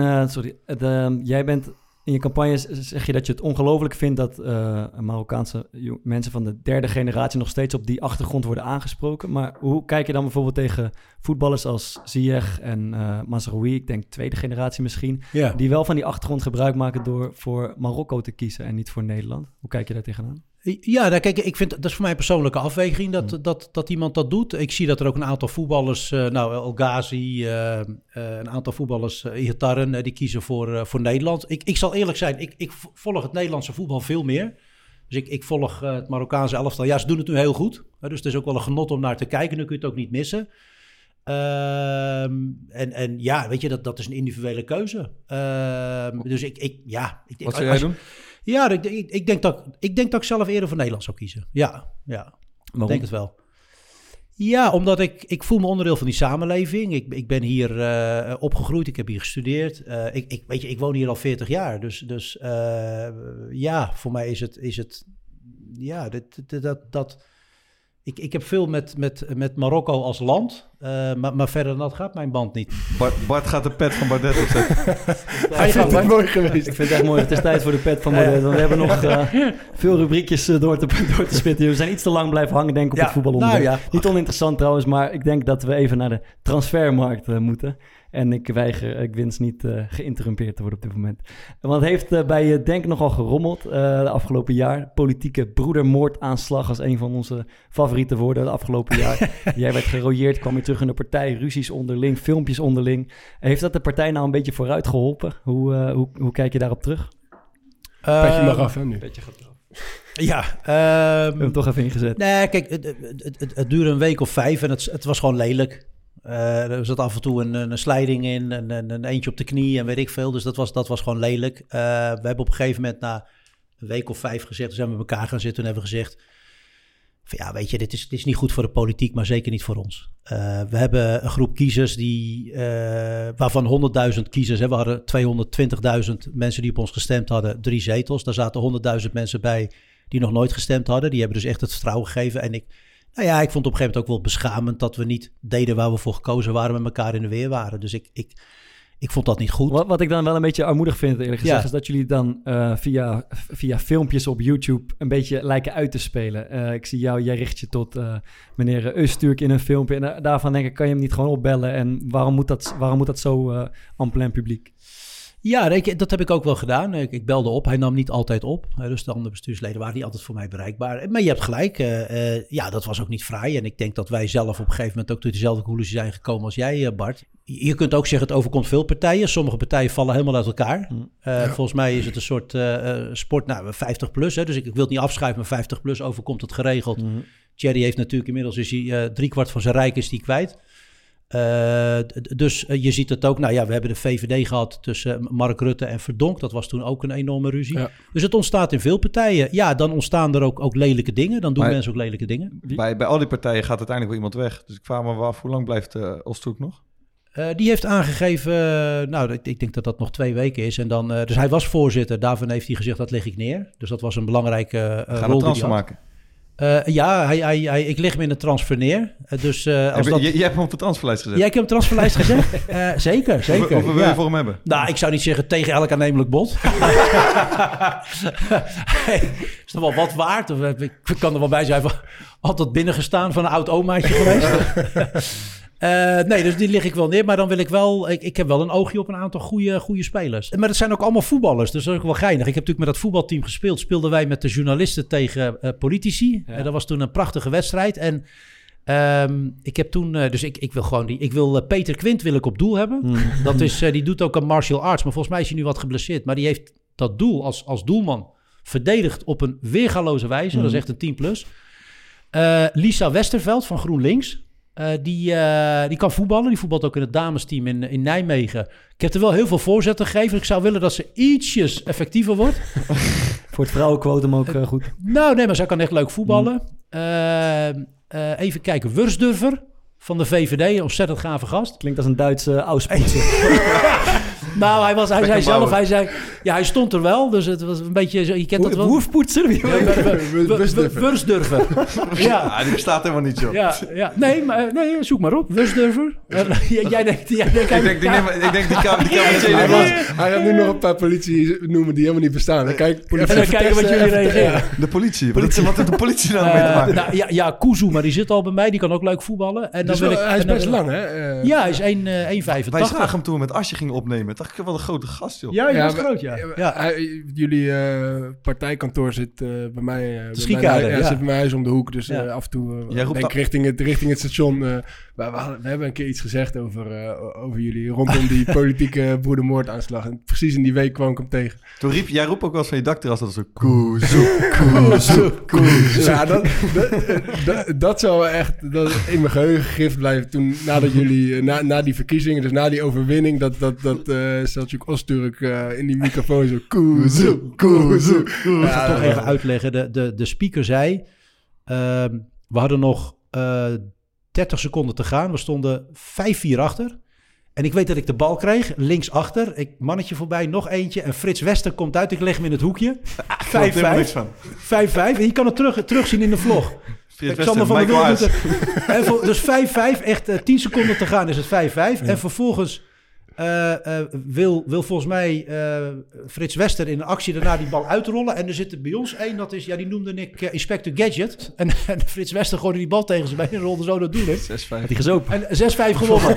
Even jij bent... In je campagne zeg je dat je het ongelooflijk vindt dat Marokkaanse mensen van de derde generatie nog steeds op die achtergrond worden aangesproken. Maar hoe kijk je dan bijvoorbeeld tegen voetballers als Ziyech en Mazraoui, ik denk tweede generatie misschien, die wel van die achtergrond gebruik maken door voor Marokko te kiezen en niet voor Nederland? Hoe kijk je daar tegenaan? Ja, kijk, ik vind dat is voor mij een persoonlijke afweging dat iemand dat doet. Ik zie dat er ook een aantal voetballers, El Ghazi, een aantal voetballers, Ihataren, die kiezen voor Nederland. Ik zal eerlijk zijn, ik volg het Nederlandse voetbal veel meer. Dus ik volg het Marokkaanse elftal. Ja, ze doen het nu heel goed. Dus het is ook wel een genot om naar te kijken. Dan kun je het ook niet missen. En ja, weet je, dat is een individuele keuze. Dus Wat zou jij doen? Ja, ik denk dat ik zelf eerder voor Nederland zou kiezen. Ja. Ik denk het wel. Ja, omdat ik voel me onderdeel van die samenleving. Ik ben hier opgegroeid, ik heb hier gestudeerd. Ik woon hier al 40 jaar. Dus voor mij is het Ik heb veel met Marokko als land, maar verder dan dat gaat mijn band niet. Bart gaat de pet van Baudet opzetten. Hij vindt het mooi geweest. Ik vind het echt mooi. Het is tijd voor de pet van Baudet. Want we hebben nog veel rubriekjes door te spitten. We zijn iets te lang blijven hangen, denk ik, op het voetbalonderwerp. Niet oninteressant trouwens, maar ik denk dat we even naar de transfermarkt moeten. En ik wens niet geïnterrumpeerd te worden op dit moment. Want het heeft bij Denk nogal gerommeld de afgelopen jaar. Politieke broedermoordaanslag als een van onze favoriete woorden de afgelopen jaar. Jij werd gerooieerd, kwam je terug in de partij, ruzies onderling, filmpjes onderling. Heeft dat de partij nou een beetje vooruit geholpen? Hoe kijk je daarop terug? Petje mag af, hè, nu. Petje gaat eraf. Ja. We hebben hem toch even ingezet. Nee, kijk, het duurde een week of 5 en het was gewoon lelijk. Er zat af en toe een slijding in, een eentje op de knie en weet ik veel. Dus dat was gewoon lelijk. We hebben op een gegeven moment na een week of 5 gezegd, we zijn met elkaar gaan zitten en hebben gezegd, van, ja, weet je, dit is niet goed voor de politiek, maar zeker niet voor ons. We hebben een groep kiezers waarvan 100.000 kiezers, we hadden 220.000 mensen die op ons gestemd hadden, 3 zetels. Daar zaten 100.000 mensen bij die nog nooit gestemd hadden. Die hebben dus echt het vertrouwen gegeven. En ik vond het op een gegeven moment ook wel beschamend dat we niet deden waar we voor gekozen waren, met elkaar in de weer waren. Dus ik vond dat niet goed. Wat ik dan wel een beetje armoedig vind, eerlijk gezegd, is dat jullie dan via filmpjes op YouTube een beetje lijken uit te spelen. Ik zie jou, jij richt je tot meneer Öztürk in een filmpje. En daarvan denk ik, kan je hem niet gewoon opbellen? En waarom moet dat zo en plein publiek? Ja, dat heb ik ook wel gedaan. Ik belde op, hij nam niet altijd op. Dus de andere bestuursleden waren niet altijd voor mij bereikbaar. Maar je hebt gelijk, dat was ook niet fraai. En ik denk dat wij zelf op een gegeven moment ook tot dezelfde conclusie zijn gekomen als jij, Bart. Je kunt ook zeggen, het overkomt veel partijen. Sommige partijen vallen helemaal uit elkaar. Volgens mij is het een soort sport, 50 plus. Dus ik wil het niet afschuiven, maar 50 plus overkomt het geregeld. Thierry heeft natuurlijk inmiddels, 3/4 van zijn rijk is die kwijt. Dus je ziet het ook. Nou ja, we hebben de VVD gehad tussen Mark Rutte en Verdonk. Dat was toen ook een enorme ruzie. Ja. Dus het ontstaat in veel partijen. Ja, dan ontstaan er ook lelijke dingen. Dan doen mensen ook lelijke dingen. Bij al die partijen gaat uiteindelijk wel iemand weg. Dus ik vraag me af, hoe lang blijft Osthoek nog? Die heeft aangegeven, ik denk dat dat nog 2 weken is. En dan, dus hij was voorzitter. Daarvan heeft hij gezegd, dat leg ik neer. Dus dat was een belangrijke rol die transfer maken? Ik leg hem in de transfer neer. Dus, je hebt hem op de transferlijst gezet? Ja, ik heb hem transferlijst gezet. Zeker. Hoeveel wil je voor hem hebben? Nou, ik zou niet zeggen tegen elk aannemelijk bod. Is toch wel wat waard? Ik kan er wel bij zijn. Altijd binnengestaan van een oud omaatje geweest. Nee, dus die lig ik wel neer. Maar dan wil ik wel... Ik heb wel een oogje op een aantal goede spelers. Maar dat zijn ook allemaal voetballers. Dus dat is ook wel geinig. Ik heb natuurlijk met dat voetbalteam gespeeld. Speelden wij met de journalisten tegen politici. Ja. Dat was toen een prachtige wedstrijd. En ik heb toen... dus ik wil gewoon Ik wil Peter Quint wil ik op doel hebben. Dat is, die doet ook een martial arts. Maar volgens mij is hij nu wat geblesseerd. Maar die heeft dat doel als doelman verdedigd op een weergaloze wijze. Dat is echt een 10+. Lisa Westerveld van GroenLinks... Die kan voetballen. Die voetbalt ook in het damesteam in Nijmegen. Ik heb er wel heel veel voorzetten gegeven. Ik zou willen dat ze ietsjes effectiever wordt. Voor het vrouwenquotum ook goed. Nou, nee, maar zij kan echt leuk voetballen. Even kijken. Wursdurfer van de VVD. Een ontzettend gave gast. Klinkt als een Duitse auspoetser. Nou, hij zei... Ja, hij stond er wel. Dus het was een beetje... Je kent dat wel. Woefpoetser? Wursdurfer. Ja, die bestaat helemaal niet, joh. Ja. Nee, zoek maar op. Wursdurfer. Jij denkt... Ik denk die kan Hij gaat nu nog een paar politie noemen die helemaal niet bestaan. Dan kijken wat jullie reageren. De politie. Wat heeft de politie nou mee te maken? Ja, Kuzu, maar die zit al bij mij. Die kan ook leuk voetballen. En dan hij is best lang, hè? Ja, hij is 1,85. Wij zagen hem toen met Asje gingen opnemen. Dacht ik, wel een grote gast, joh. Ja, hij was groot, ja. Jullie partijkantoor zit bij mij... zit bij mijn huis om de hoek. Dus af en toe denk richting het station. We hebben een keer iets gezegd over jullie rondom die politieke broedermoordaanslag. En precies in die week kwam ik hem tegen. Toen jij roept ook wel eens van je dakterras dat zo... Kuzu. Ja, dat zou echt in mijn geheugen gegrift blijven. Toen, nadat jullie, na die verkiezingen, dus na die overwinning, dat Selçuk Öztürk in die microfoon zo... Kuzu. Ik ga het toch even uitleggen. De speaker zei... we hadden nog 30 seconden te gaan. We stonden 5-4 achter. En ik weet dat ik de bal kreeg, linksachter. Mannetje voorbij, nog eentje. En Frits Wester komt uit. Ik leg hem in het hoekje. 5-5. 5-5. En je kan het terugzien in de vlog. Alexander van der Wiel doet het. Dus 5-5. Echt 10 seconden te gaan is het 5-5. Ja. En vervolgens wil volgens mij Frits Wester in een actie daarna die bal uitrollen. En er zit er bij ons één, dat is, die noemde ik Inspector Gadget. En Frits Wester gooide die bal tegen zijn been en rolde zo dat doel in. 6-5. Had hij gezopen. En 6-5 gewonnen.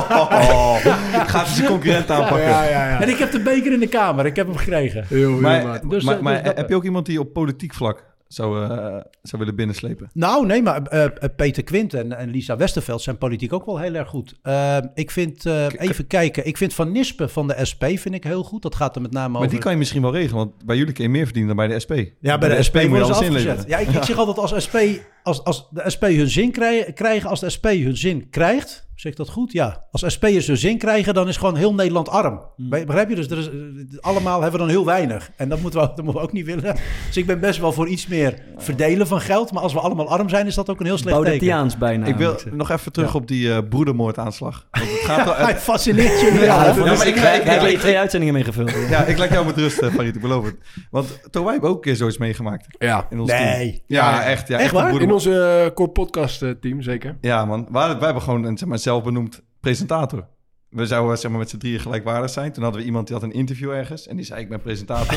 Gaat hij zijn concurrent aanpakken. Ja. En ik heb de beker in de kamer. Ik heb hem gekregen. Maar heb je ook iemand die op politiek vlak zou willen binnenslepen? Nou, nee, maar Peter Quint en Lisa Westerveld zijn politiek ook wel heel erg goed. Ik vind, even kijken, ik vind Van Nispen van de SP vind ik heel goed. Dat gaat er met name over... Maar die kan je misschien wel regelen, want bij jullie kun je meer verdienen dan bij de SP. Ja, bij de SP moet je alles inleveren. Ja, ik zeg altijd als de SP hun zin krijgen, als de SP hun zin krijgt... Zeg ik dat goed? Ja. Als SP'ers hun zin krijgen, dan is gewoon heel Nederland arm. Begrijp je? Dus allemaal hebben we dan heel weinig. En dat moeten we ook niet willen. Dus ik ben best wel voor iets meer verdelen van geld. Maar als we allemaal arm zijn, is dat ook een heel slecht teken. Baudetiaans bijna. Ik wil nog even terug op die broedermoordaanslag. Want het gaat hij fascineert jullie. Maar ik heb 2 uitzendingen meegevuld. Ja, ik laat jou met rust, Farid. Ik beloof het. Want Toon, wij hebben ook een keer zoiets meegemaakt. Ja. In ons team. Ja, echt. Ja, echt waar? In onze core podcast team, zeker. Ja, man. Wij hebben gewoon een zelfbenoemd presentator. We zouden met z'n drieën gelijkwaardig zijn. Toen hadden we iemand die had een interview ergens. En die zei, ik ben presentator.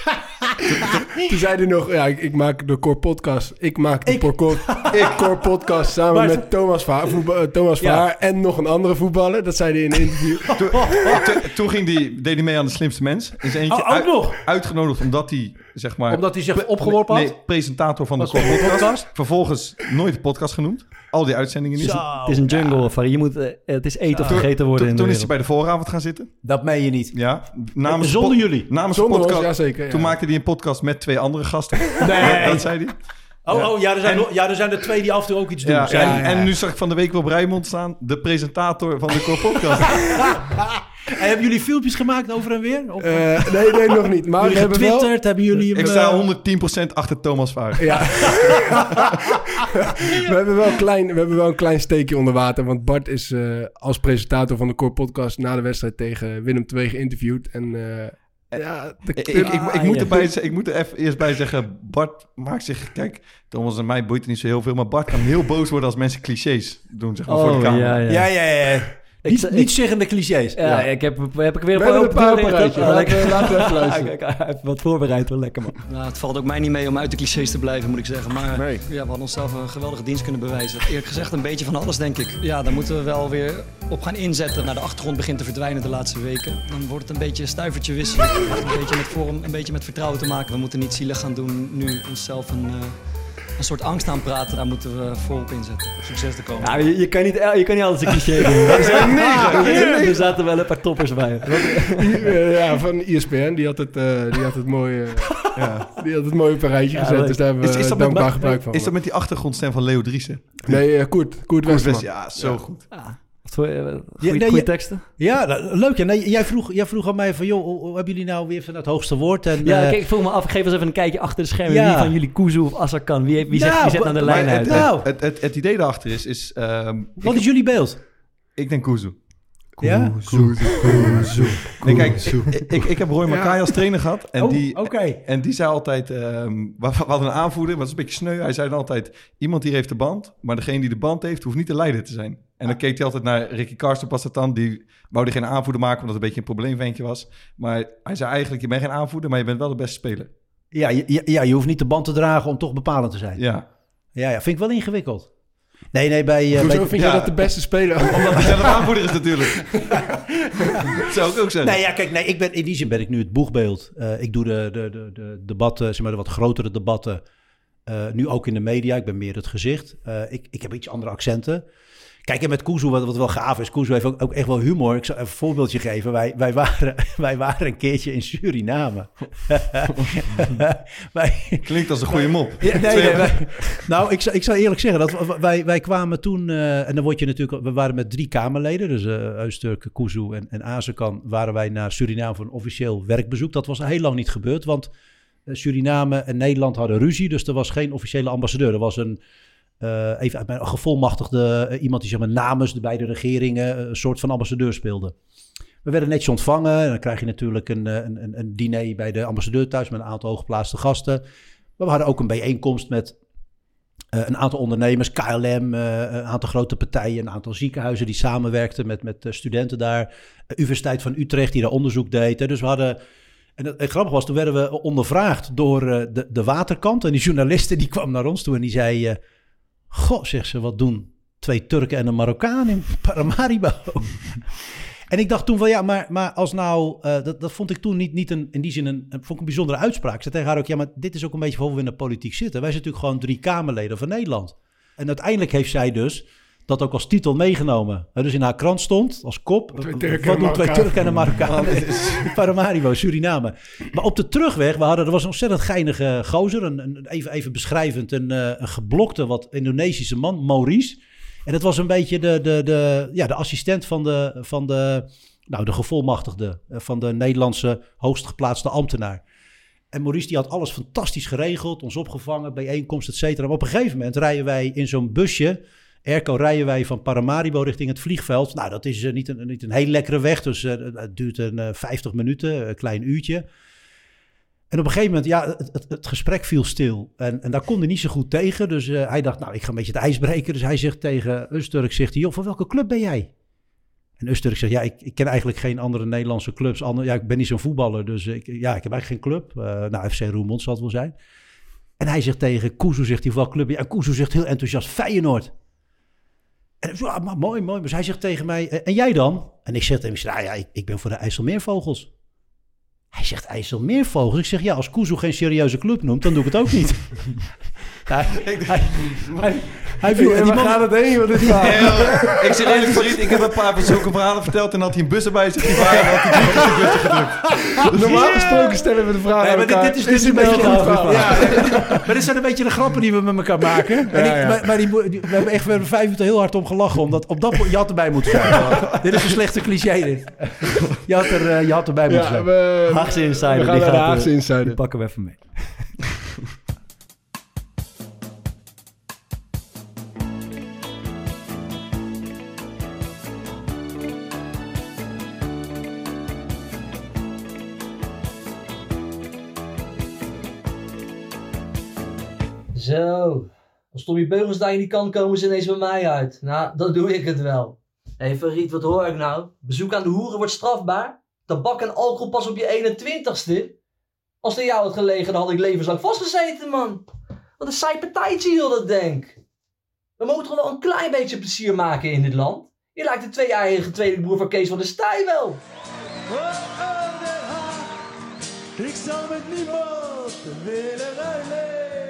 Toen zei hij nog, ik maak de core podcast. Ik maak de core podcast samen met Thomas Vaar en nog een andere voetballer. Dat zei hij in een interview. Toen deed hij mee aan de slimste mens. Is eentje uitgenodigd omdat hij, zeg maar... Omdat hij zich opgeworpen had? Nee, presentator van de core podcast. Vervolgens nooit de podcast genoemd. Al die uitzendingen niet. Het is een jungle, Farid. Je moet, het is eten of vergeten worden. Toen is hij bij de vooravond gaan zitten. Dat meen je niet. Ja. Zonder jullie. Namens de podcast. Ja, zeker, ja. Toen maakte hij een podcast met 2 andere gasten. Nee. Dat zei hij. Er zijn er 2 die af en toe ook iets doen. En nu zag ik van de week wel op Rijnmond staan, de presentator van de Core Podcast. En hebben jullie filmpjes gemaakt over en weer? Nee, nog niet. Maar we hebben getwitterd, hebben jullie hem... Ik sta 110% achter Thomas Vaar. Ja. we hebben wel een klein steekje onder water. Want Bart is als presentator van de Core Podcast na de wedstrijd tegen Willem II geïnterviewd. En ik moet er even eerst bij zeggen, Bart maakt zich... Kijk, Thomas en mij boeit het niet zo heel veel, maar Bart kan heel boos worden als mensen clichés doen, zeg maar, voor de camera. Ja. Niet zeggende clichés. Ja, ik heb ik weer een paar op een rijtje. Laten we even luisteren. Hij heeft wat voorbereid, wel lekker man. Nou, het valt ook mij niet mee om uit de clichés te blijven, moet ik zeggen. Maar we hadden onszelf een geweldige dienst kunnen bewijzen. Eerlijk gezegd een beetje van alles, denk ik. Ja, daar moeten we wel weer op gaan inzetten. Naar de achtergrond begint te verdwijnen de laatste weken. Dan wordt het een beetje stuivertje wisselen. Een beetje met vorm, een beetje met vertrouwen te maken. We moeten niet zielig gaan doen, nu onszelf een soort angst aanpraten, daar moeten we volop inzetten. Succes te komen. Ja, je kan niet alles een cliché doen. Er zaten wel een paar toppers bij. Van ESPN, die had het mooi op een rijtje gezet. Dus daar hebben we dankbaar gebruik van. Is dat met die achtergrondstem van Leo Driessen? Nee, Koert Westerman. Ja, zo goed. Goeie teksten? Ja, leuk. Ja. Nee, jij vroeg aan mij van, joh, hoe hebben jullie nou weer van het hoogste woord? En, kijk, ik vroeg me af, ik geef eens even een kijkje achter de schermen. Wie van jullie Kuzu of Azarkan? Wie zet aan de lijn uit? Het idee daarachter is... wat is jullie beeld? Ik denk Kuzu. Ja? Nee, kijk, ik heb Roy Mackay als trainer gehad. En die zei altijd... we hadden een aanvoerder, maar dat is een beetje sneu. Hij zei dan altijd... Iemand hier heeft de band, maar degene die de band heeft... hoeft niet de leider te zijn. En dan keek hij altijd naar Ricky Karsten, was dat dan. Die wou geen aanvoerder maken, omdat het een beetje een probleemventje was. Maar hij zei eigenlijk... Je bent geen aanvoerder, maar je bent wel de beste speler. Ja, je hoeft niet de band te dragen om toch bepalend te zijn. Ja, vind ik wel ingewikkeld. Nee, Hoezo vind je dat de beste speler? Omdat hij zelf aanvoerder is natuurlijk. Dat zou ik ook zeggen. Nee, kijk, in die zin ben ik nu het boegbeeld. Ik doe de debatten, zeg maar de wat grotere debatten. Nu ook in de media. Ik ben meer het gezicht. Ik heb iets andere accenten. Kijk, en met Kuzu, wat wel gaaf is, Kuzu heeft ook echt wel humor. Ik zal even een voorbeeldje geven. Wij waren een keertje in Suriname. Klinkt als een goede mop. Ik zou eerlijk zeggen, dat wij kwamen toen, en dan word je natuurlijk, we waren met 3 Kamerleden, dus Öztürk, Kuzu en Azarkan, waren wij naar Suriname voor een officieel werkbezoek. Dat was heel lang niet gebeurd, want Suriname en Nederland hadden ruzie, dus er was geen officiële ambassadeur. Er was een even uit mijn gevolmachtigde iemand die zeg maar namens de beide regeringen een soort van ambassadeur speelde. We werden netjes ontvangen. En dan krijg je natuurlijk een diner bij de ambassadeur thuis met een aantal hooggeplaatste gasten. Maar we hadden ook een bijeenkomst met een aantal ondernemers, KLM, een aantal grote partijen, een aantal ziekenhuizen die samenwerkten met studenten daar. Universiteit van Utrecht die daar onderzoek deed. Dus we hadden... En het grappige was, toen werden we ondervraagd door de waterkant. En die journalisten die kwam naar ons toe en die zei... Goh, zegt ze, wat doen 2 Turken en een Marokkaan in Paramaribo? En ik dacht toen van maar als nou... dat vond ik toen niet in die zin vond ik een bijzondere uitspraak. Ik zei tegen haar ook, maar dit is ook een beetje voor hoe we in de politiek zitten. Wij zijn natuurlijk gewoon 3 Kamerleden van Nederland. En uiteindelijk heeft zij dus dat ook als titel meegenomen. Dus in haar krant stond, als kop... Wat doen 2 Turken en een Marokkaan in Paramaribo, Suriname. Maar op de terugweg, er was een ontzettend geinige gozer. Even beschrijvend, een geblokte, wat Indonesische man, Maurice. En dat was een beetje de assistent van de gevolmachtigde... van de Nederlandse hoogstgeplaatste ambtenaar. En Maurice die had alles fantastisch geregeld, ons opgevangen, bijeenkomst, et cetera. Maar op een gegeven moment rijden wij in zo'n busje... Airco rijden wij van Paramaribo richting het vliegveld. Nou, dat is niet een heel lekkere weg, dus het duurt 50 minuten, een klein uurtje. En op een gegeven moment, het gesprek viel stil. En daar kon hij niet zo goed tegen, dus hij dacht, ik ga een beetje het ijs breken. Dus hij zegt tegen Öztürk, joh, van welke club ben jij? En Öztürk zegt, ik ken eigenlijk geen andere Nederlandse clubs. Ik ben niet zo'n voetballer, dus ik heb eigenlijk geen club. FC Roermond zal het wel zijn. En hij zegt tegen Kuzu, zegt hij, welke club ben jij? En Kuzu zegt heel enthousiast, Feyenoord. En mooi. Dus hij zegt tegen mij, en jij dan? En ik zeg tegen hem, ik ben voor de IJsselmeervogels. Hij zegt, IJsselmeervogels? Ik zeg, als Kuzu geen serieuze club noemt, dan doe ik het ook niet. Hij viel, en waar gaat het heen? Wat is Ik zeg eerlijk, Farid, ik heb een paar zulke verhalen verteld en had hij een bus erbij zich die waren en had hij 3 keer de bus gedrukt. Normaal gesproken stellen we de vraag aan elkaar. Dit is dus een beetje maar dit zijn een beetje de grappen die we met elkaar maken. We hebben 5 minuten heel hard om gelachen, omdat op dat je had erbij moeten zijn. Dit is een slechte cliché, dit. Je had erbij moeten zijn. Haagse Insider. We gaan naar de Haagse Insider. Die pakken we even mee. Zo, als Tommy Beugelsdijk niet kan, komen ze ineens bij mij uit. Nou, dan doe ik het wel. Hé Farid, wat hoor ik nou? Bezoek aan de hoeren wordt strafbaar? Tabak en alcohol pas op je 21ste? Als het aan jou had gelegen, dan had ik levenslang vastgezeten, man. Wat een saai partijtje, heel dat denk. We moeten toch wel een klein beetje plezier maken in dit land? Je lijkt de twee-eigen tweede broer van Kees van der Staaij wel. Ik zal met niemand willen ruilen.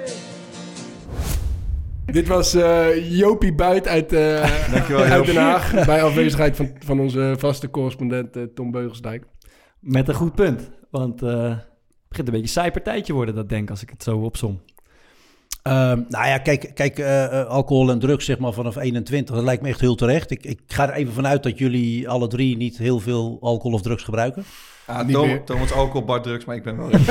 Dit was Jopie Buit uit Den Haag. Bij afwezigheid van onze vaste correspondent Tom Beugelsdijk. Met een goed punt. Want het begint een beetje een saai partijtje worden, dat denk ik, als ik het zo opsom. Nou ja, kijk, alcohol en drugs zeg maar vanaf 21, dat lijkt me echt heel terecht. Ik ga er even vanuit dat jullie alle 3 niet heel veel alcohol of drugs gebruiken. Thomas alcohol, Bart drugs, maar ik ben wel...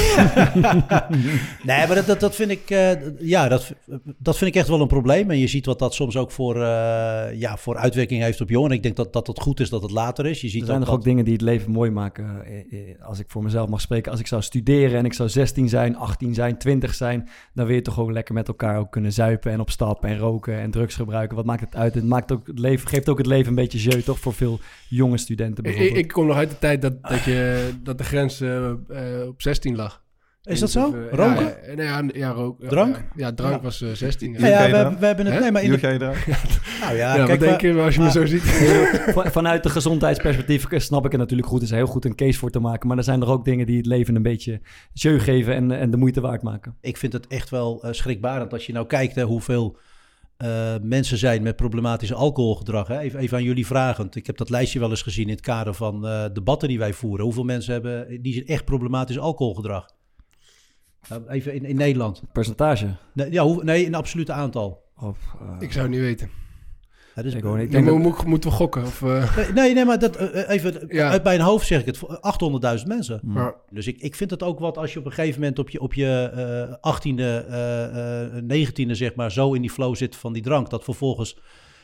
Nee, maar dat vind ik... dat vind ik echt wel een probleem. En je ziet wat dat soms ook voor uitwerking heeft op jongeren. Ik denk dat het goed is dat het later is. Je ziet er zijn nog ook dingen die het leven mooi maken. Als ik voor mezelf mag spreken. Als ik zou studeren en ik zou 16 zijn, 18 zijn, 20 zijn... dan wil je toch gewoon lekker met elkaar ook kunnen zuipen en op stap en roken en drugs gebruiken. Wat maakt het uit? Het maakt ook het leven, geeft ook het leven een beetje jeu, toch? Voor veel jonge studenten bijvoorbeeld. Ik kom nog uit de tijd dat de grens op 16 lag. Is dat zo? Roken? Roken. Drank? Drank was 16. We hebben het... Nee, maar Doe jij drank? Nou ja, kijk, wat denk je als je me zo ziet? Vanuit de gezondheidsperspectief snap ik het natuurlijk goed. Er is heel goed een case voor te maken. Maar er zijn er ook dingen die het leven een beetje jeu geven en de moeite waard maken. Ik vind het echt wel schrikbarend als je nou kijkt hoeveel mensen zijn met problematisch alcoholgedrag. Hè? Even aan jullie vragend. Ik heb dat lijstje wel eens gezien in het kader van debatten die wij voeren. Hoeveel mensen hebben die echt problematisch alcoholgedrag? Even in Nederland. Percentage? Nee, een absolute aantal. Ik zou het niet weten. Ja, dus, moeten we gokken? Of, Nee, maar dat, uit mijn hoofd zeg ik het. 800.000 mensen. Ja. Dus ik vind het ook wat als je op een gegeven moment op je 18e, 19e zeg maar zo in die flow zit van die drank. Dat vervolgens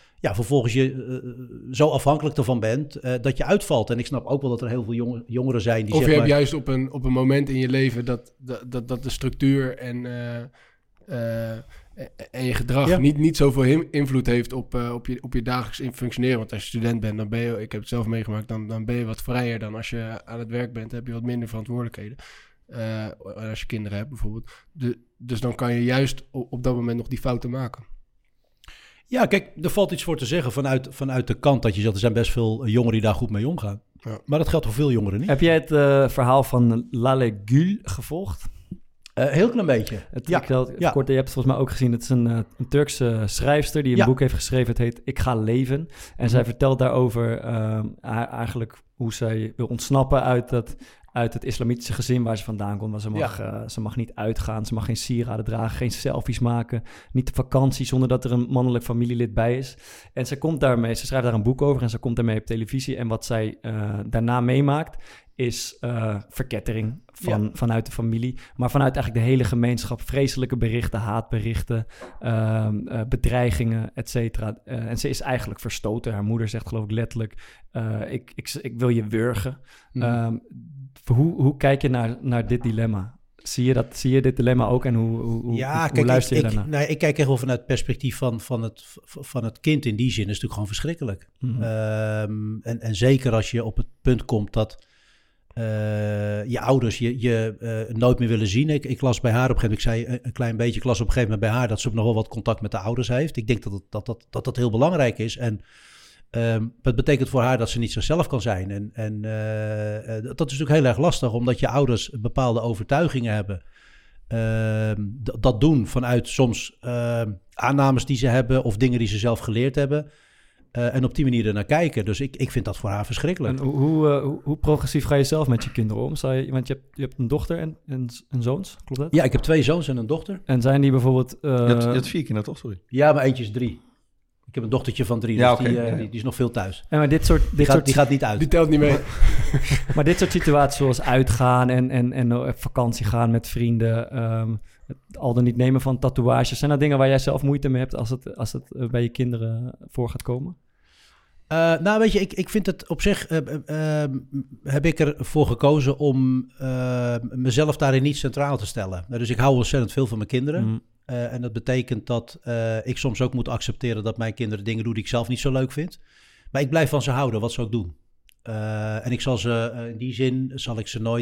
je zo afhankelijk ervan bent dat je uitvalt. En ik snap ook wel dat er heel veel jongeren zijn die of je hebt juist op een moment in je leven dat de structuur en je gedrag niet zoveel invloed heeft op je dagelijks functioneren. Want als je student bent, dan ben je, ik heb het zelf meegemaakt, dan ben je wat vrijer dan als je aan het werk bent. Dan heb je wat minder verantwoordelijkheden. Als je kinderen hebt bijvoorbeeld. Dus dan kan je juist op dat moment nog die fouten maken. Ja, kijk, er valt iets voor te zeggen vanuit de kant dat je zegt, er zijn best veel jongeren die daar goed mee omgaan. Ja. Maar dat geldt voor veel jongeren niet. Heb jij het verhaal van Lale Gül gevolgd? Heel klein beetje. Kort, je hebt het volgens mij ook gezien. Het is een Turkse schrijfster die een boek heeft geschreven. Het heet Ik ga leven. En zij vertelt daarover eigenlijk hoe zij wil ontsnappen uit het islamitische gezin waar ze vandaan komt. Maar ze mag niet uitgaan, ze mag geen sieraden dragen, geen selfies maken, niet op vakantie zonder dat er een mannelijk familielid bij is. En ze schrijft daar een boek over en ze komt daarmee op televisie. En wat zij daarna meemaakt is verkettering vanuit de familie, maar vanuit eigenlijk de hele gemeenschap. Vreselijke berichten, haatberichten, bedreigingen, et cetera. En ze is eigenlijk verstoten. Haar moeder zegt geloof ik letterlijk, ik wil je wurgen. Hoe kijk je naar dit dilemma? Zie je dit dilemma ook en hoe luister je daarnaar? Ik kijk echt wel vanuit het perspectief van het kind in die zin. Dat is natuurlijk gewoon verschrikkelijk. Mm-hmm. En zeker als je op het punt komt dat je ouders je nooit meer willen zien. Ik las bij haar op een gegeven moment, ik zei een klein beetje, ik las op een gegeven moment bij haar dat ze ook nog wel wat contact met de ouders heeft. Ik denk dat heel belangrijk is. En dat betekent voor haar dat ze niet zichzelf kan zijn. En dat is natuurlijk heel erg lastig, omdat je ouders bepaalde overtuigingen hebben. dat doen vanuit soms aannames die ze hebben of dingen die ze zelf geleerd hebben. En op die manier ernaar kijken. Dus ik vind dat voor haar verschrikkelijk. En hoe progressief ga je zelf met je kinderen om? Want je hebt een dochter en zoons, klopt dat? Ja, ik heb 2 zoons en een dochter. En zijn die bijvoorbeeld... Je had 4 kinderen, toch? Sorry. Ja, maar eentje is 3. Ik heb een dochtertje van 3, ja, dus okay. die is nog veel thuis. En maar die gaat niet uit. Die telt niet mee. Maar dit soort situaties zoals uitgaan en op vakantie gaan met vrienden... het al dan niet nemen van tatoeages. Zijn dat dingen waar jij zelf moeite mee hebt als het bij je kinderen voor gaat komen? Nou, weet je, ik vind het op zich... heb ik ervoor gekozen om mezelf daarin niet centraal te stellen. Dus ik hou ontzettend veel van mijn kinderen. En dat betekent dat ik soms ook moet accepteren dat mijn kinderen dingen doen die ik zelf niet zo leuk vind. Maar ik blijf van ze houden, wat ze ook doen. En ik zal ze in die zin, zal ik ze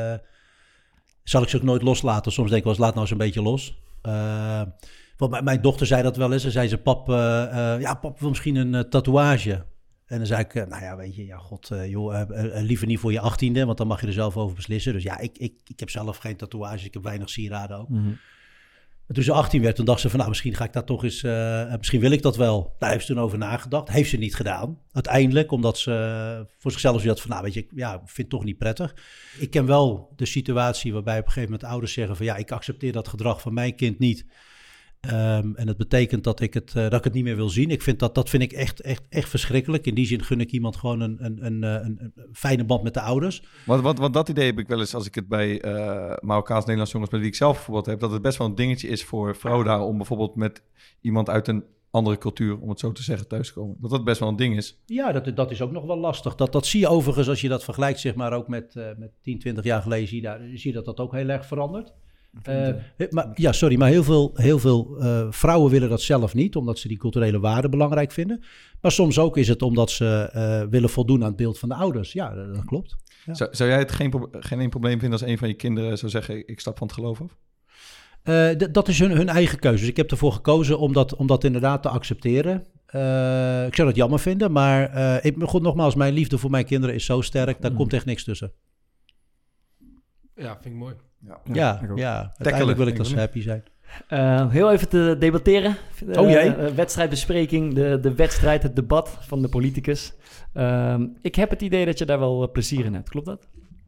ook nooit loslaten. Soms denk ik wel eens, laat nou eens een beetje los. Want mijn dochter zei dat wel eens. Dan zei ze, pap wil misschien een tatoeage. En dan zei ik, nou ja, weet je, ja god, liever niet voor je 18e, want dan mag je er zelf over beslissen. Dus ja, ik heb zelf geen tatoeages, ik heb weinig sieraden ook. Mm-hmm. En toen ze 18 werd, toen dacht ze van, nou, misschien ga ik dat toch eens, misschien wil ik dat wel. Daar heeft ze toen over nagedacht. Heeft ze niet gedaan, uiteindelijk, omdat ze voor zichzelf zoiets had van, nou, weet je, ja, ik vind het toch niet prettig. Ik ken wel de situatie waarbij op een gegeven moment ouders zeggen van, ja, ik accepteer dat gedrag van mijn kind niet. En dat betekent dat ik het niet meer wil zien. Dat vind ik echt verschrikkelijk. In die zin gun ik iemand gewoon een fijne band met de ouders. Want dat idee heb ik wel eens als ik het bij Marokkaans-Nederlandse jongens met wie ik zelf bijvoorbeeld heb, dat het best wel een dingetje is voor vrouwen daar om bijvoorbeeld met iemand uit een andere cultuur, om het zo te zeggen, thuis te komen. Dat best wel een ding is. Ja, dat is ook nog wel lastig. Dat zie je overigens als je dat vergelijkt, zeg maar, ook met 10, 20 jaar geleden, zie je dat ook heel erg verandert. Maar heel veel vrouwen willen dat zelf niet, omdat ze die culturele waarden belangrijk vinden. Maar soms ook is het omdat ze willen voldoen aan het beeld van de ouders. Ja, dat klopt. Ja. Zou jij het geen probleem vinden als een van je kinderen zou zeggen, ik stap van het geloof af? Dat is hun eigen keuze. Dus ik heb ervoor gekozen om dat inderdaad te accepteren. Ik zou het jammer vinden, maar goed, nogmaals, mijn liefde voor mijn kinderen is zo sterk, daar komt echt niks tussen. Ja, vind ik mooi. Ja. Uiteindelijk wil ik dat ze happy zijn. Heel even te debatteren. Jee. Wedstrijdbespreking, de wedstrijd, het debat van de politicus. Ik heb het idee dat je daar wel plezier in hebt. Klopt dat?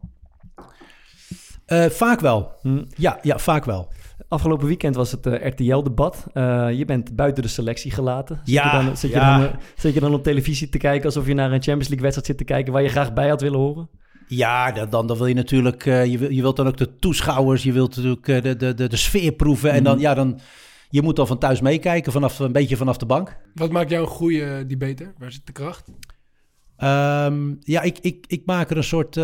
Vaak wel. Ja, vaak wel. Afgelopen weekend was het RTL-debat. Je bent buiten de selectie gelaten. Zit je dan op televisie te kijken alsof je naar een Champions League-wedstrijd zit te kijken waar je graag bij had willen horen? Ja, dan wil je natuurlijk... je wilt dan ook de toeschouwers, je wilt natuurlijk de sfeer proeven. En dan je moet dan van thuis meekijken, een beetje vanaf de bank. Wat maakt jou een goede debater? Waar zit de kracht? Ik maak er een soort...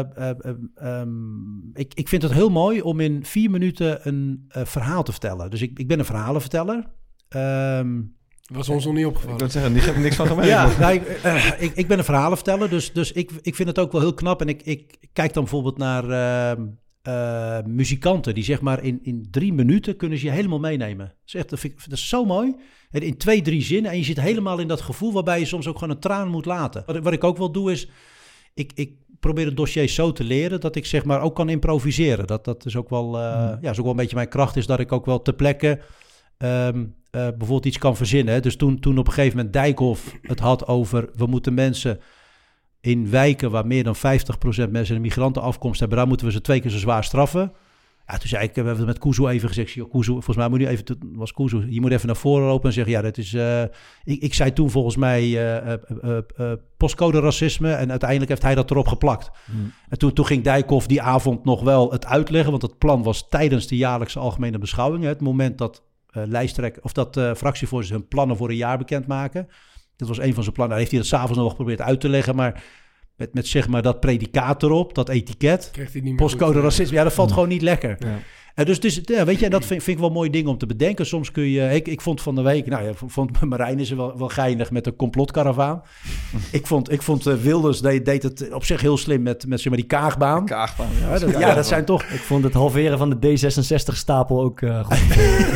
ik vind het heel mooi om in 4 minuten een verhaal te vertellen. Dus ik ben een verhalenverteller. Was ons nog niet opgevallen. Ik wil zeggen, die heb niks van gemerkt. Ik ben een verhalenverteller, dus ik vind het ook wel heel knap. En ik kijk dan bijvoorbeeld naar muzikanten die zeg maar in 3 minuten kunnen ze je helemaal meenemen. Dat is zo mooi. En in 2, 3 zinnen en je zit helemaal in dat gevoel waarbij je soms ook gewoon een traan moet laten. Wat ik ook wel doe is, ik probeer het dossier zo te leren dat ik zeg maar ook kan improviseren. Dat is ook wel, is ook wel een beetje mijn kracht, is dat ik ook wel ter plekke bijvoorbeeld iets kan verzinnen. Hè. Dus toen op een gegeven moment Dijkhoff het had over, we moeten mensen in wijken waar meer dan 50% mensen een migrantenafkomst hebben, daar moeten we ze 2 keer zo zwaar straffen. Ja, toen zei ik, we hebben met Kuzu even gezegd, Kuzu, volgens mij moet je even, was Kuzu, je moet even naar voren lopen en zeggen, ja, dat is, ik zei toen volgens mij postcode racisme en uiteindelijk heeft hij dat erop geplakt. En toen ging Dijkhoff die avond nog wel het uitleggen, want het plan was tijdens de jaarlijkse algemene beschouwing, het moment dat fractievoorzitters hun plannen voor een jaar bekendmaken. Dat was een van zijn plannen. Daar heeft hij dat 's avonds nog geprobeerd uit te leggen, maar met zeg maar dat predicaat erop, dat etiket, postcode racisme, ja, dat valt gewoon niet lekker. Ja. En dus weet je, dat vind ik wel mooie dingen om te bedenken. Soms kun je, ik vond van de week, vond Marijn is wel geinig met de complotkaravaan. Ik vond Wilders deed het op zich heel slim met zeg maar die kaagbaan. Dat zijn toch... Ik vond het halveren van de D66-stapel ook goed.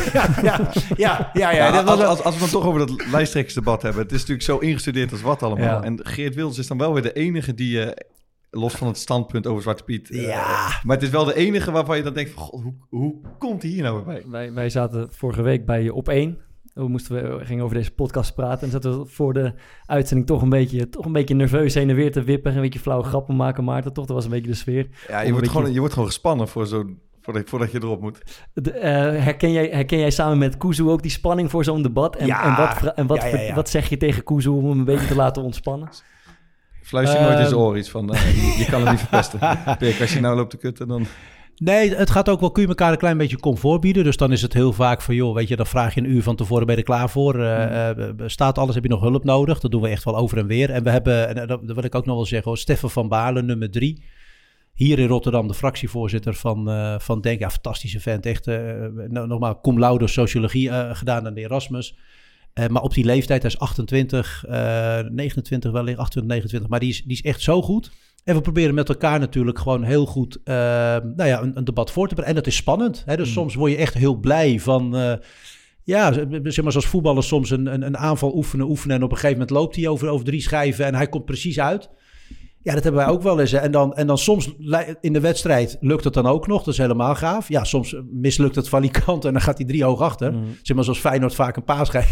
Als we dan toch over dat lijsttrekkersdebat hebben, het is natuurlijk zo ingestudeerd als wat allemaal. Ja. En Geert Wilders is dan wel weer de enige die los van het standpunt over Zwarte Piet. Ja. Maar het is wel de enige waarvan je dan denkt van, god, hoe komt hij hier nou weer bij? Wij zaten vorige week bij Op1. We gingen over deze podcast praten. En zaten we voor de uitzending toch een beetje nerveus heen en weer te wippen. En een beetje flauwe grappen maken, Maarten. Toch, dat was een beetje de sfeer. Ja, je wordt gewoon gespannen voordat je erop moet. Herken jij samen met Kuzu ook die spanning voor zo'n debat? Wat zeg je tegen Kuzu om hem een beetje te laten ontspannen? Fluis je nooit in zijn oor iets van, je kan het niet verpesten. Pik, als je nou loopt te kutten, dan... Nee, het gaat ook wel, kun je elkaar een klein beetje comfort bieden. Dus dan is het heel vaak van, joh, weet je, dan vraag je een uur van tevoren, ben je er klaar voor? Staat alles, heb je nog hulp nodig? Dat doen we echt wel over en weer. En we hebben, en dat wil ik ook nog wel zeggen, hoor, Steffen van Baarle, nummer 3. Hier in Rotterdam, de fractievoorzitter van Denk. Ja, fantastische vent, echt. Nogmaals, cum laude sociologie gedaan aan de Erasmus. Maar op die leeftijd, hij is 28, 29 wellicht, 28, 29. Maar die is echt zo goed. En we proberen met elkaar natuurlijk gewoon heel goed een debat voor te bereiden. En dat is spannend. Hè? Dus soms word je echt heel blij van... zeg maar zoals voetballers soms een aanval oefenen. En op een gegeven moment loopt hij over 3 schijven en hij komt precies uit. Ja, dat hebben wij ook wel eens. Hè? En dan soms in de wedstrijd lukt het dan ook nog. Dat is helemaal gaaf. Ja, soms mislukt het valikant en dan gaat hij 3 hoog achter. Zeg maar zoals Feyenoord vaak een paas geeft.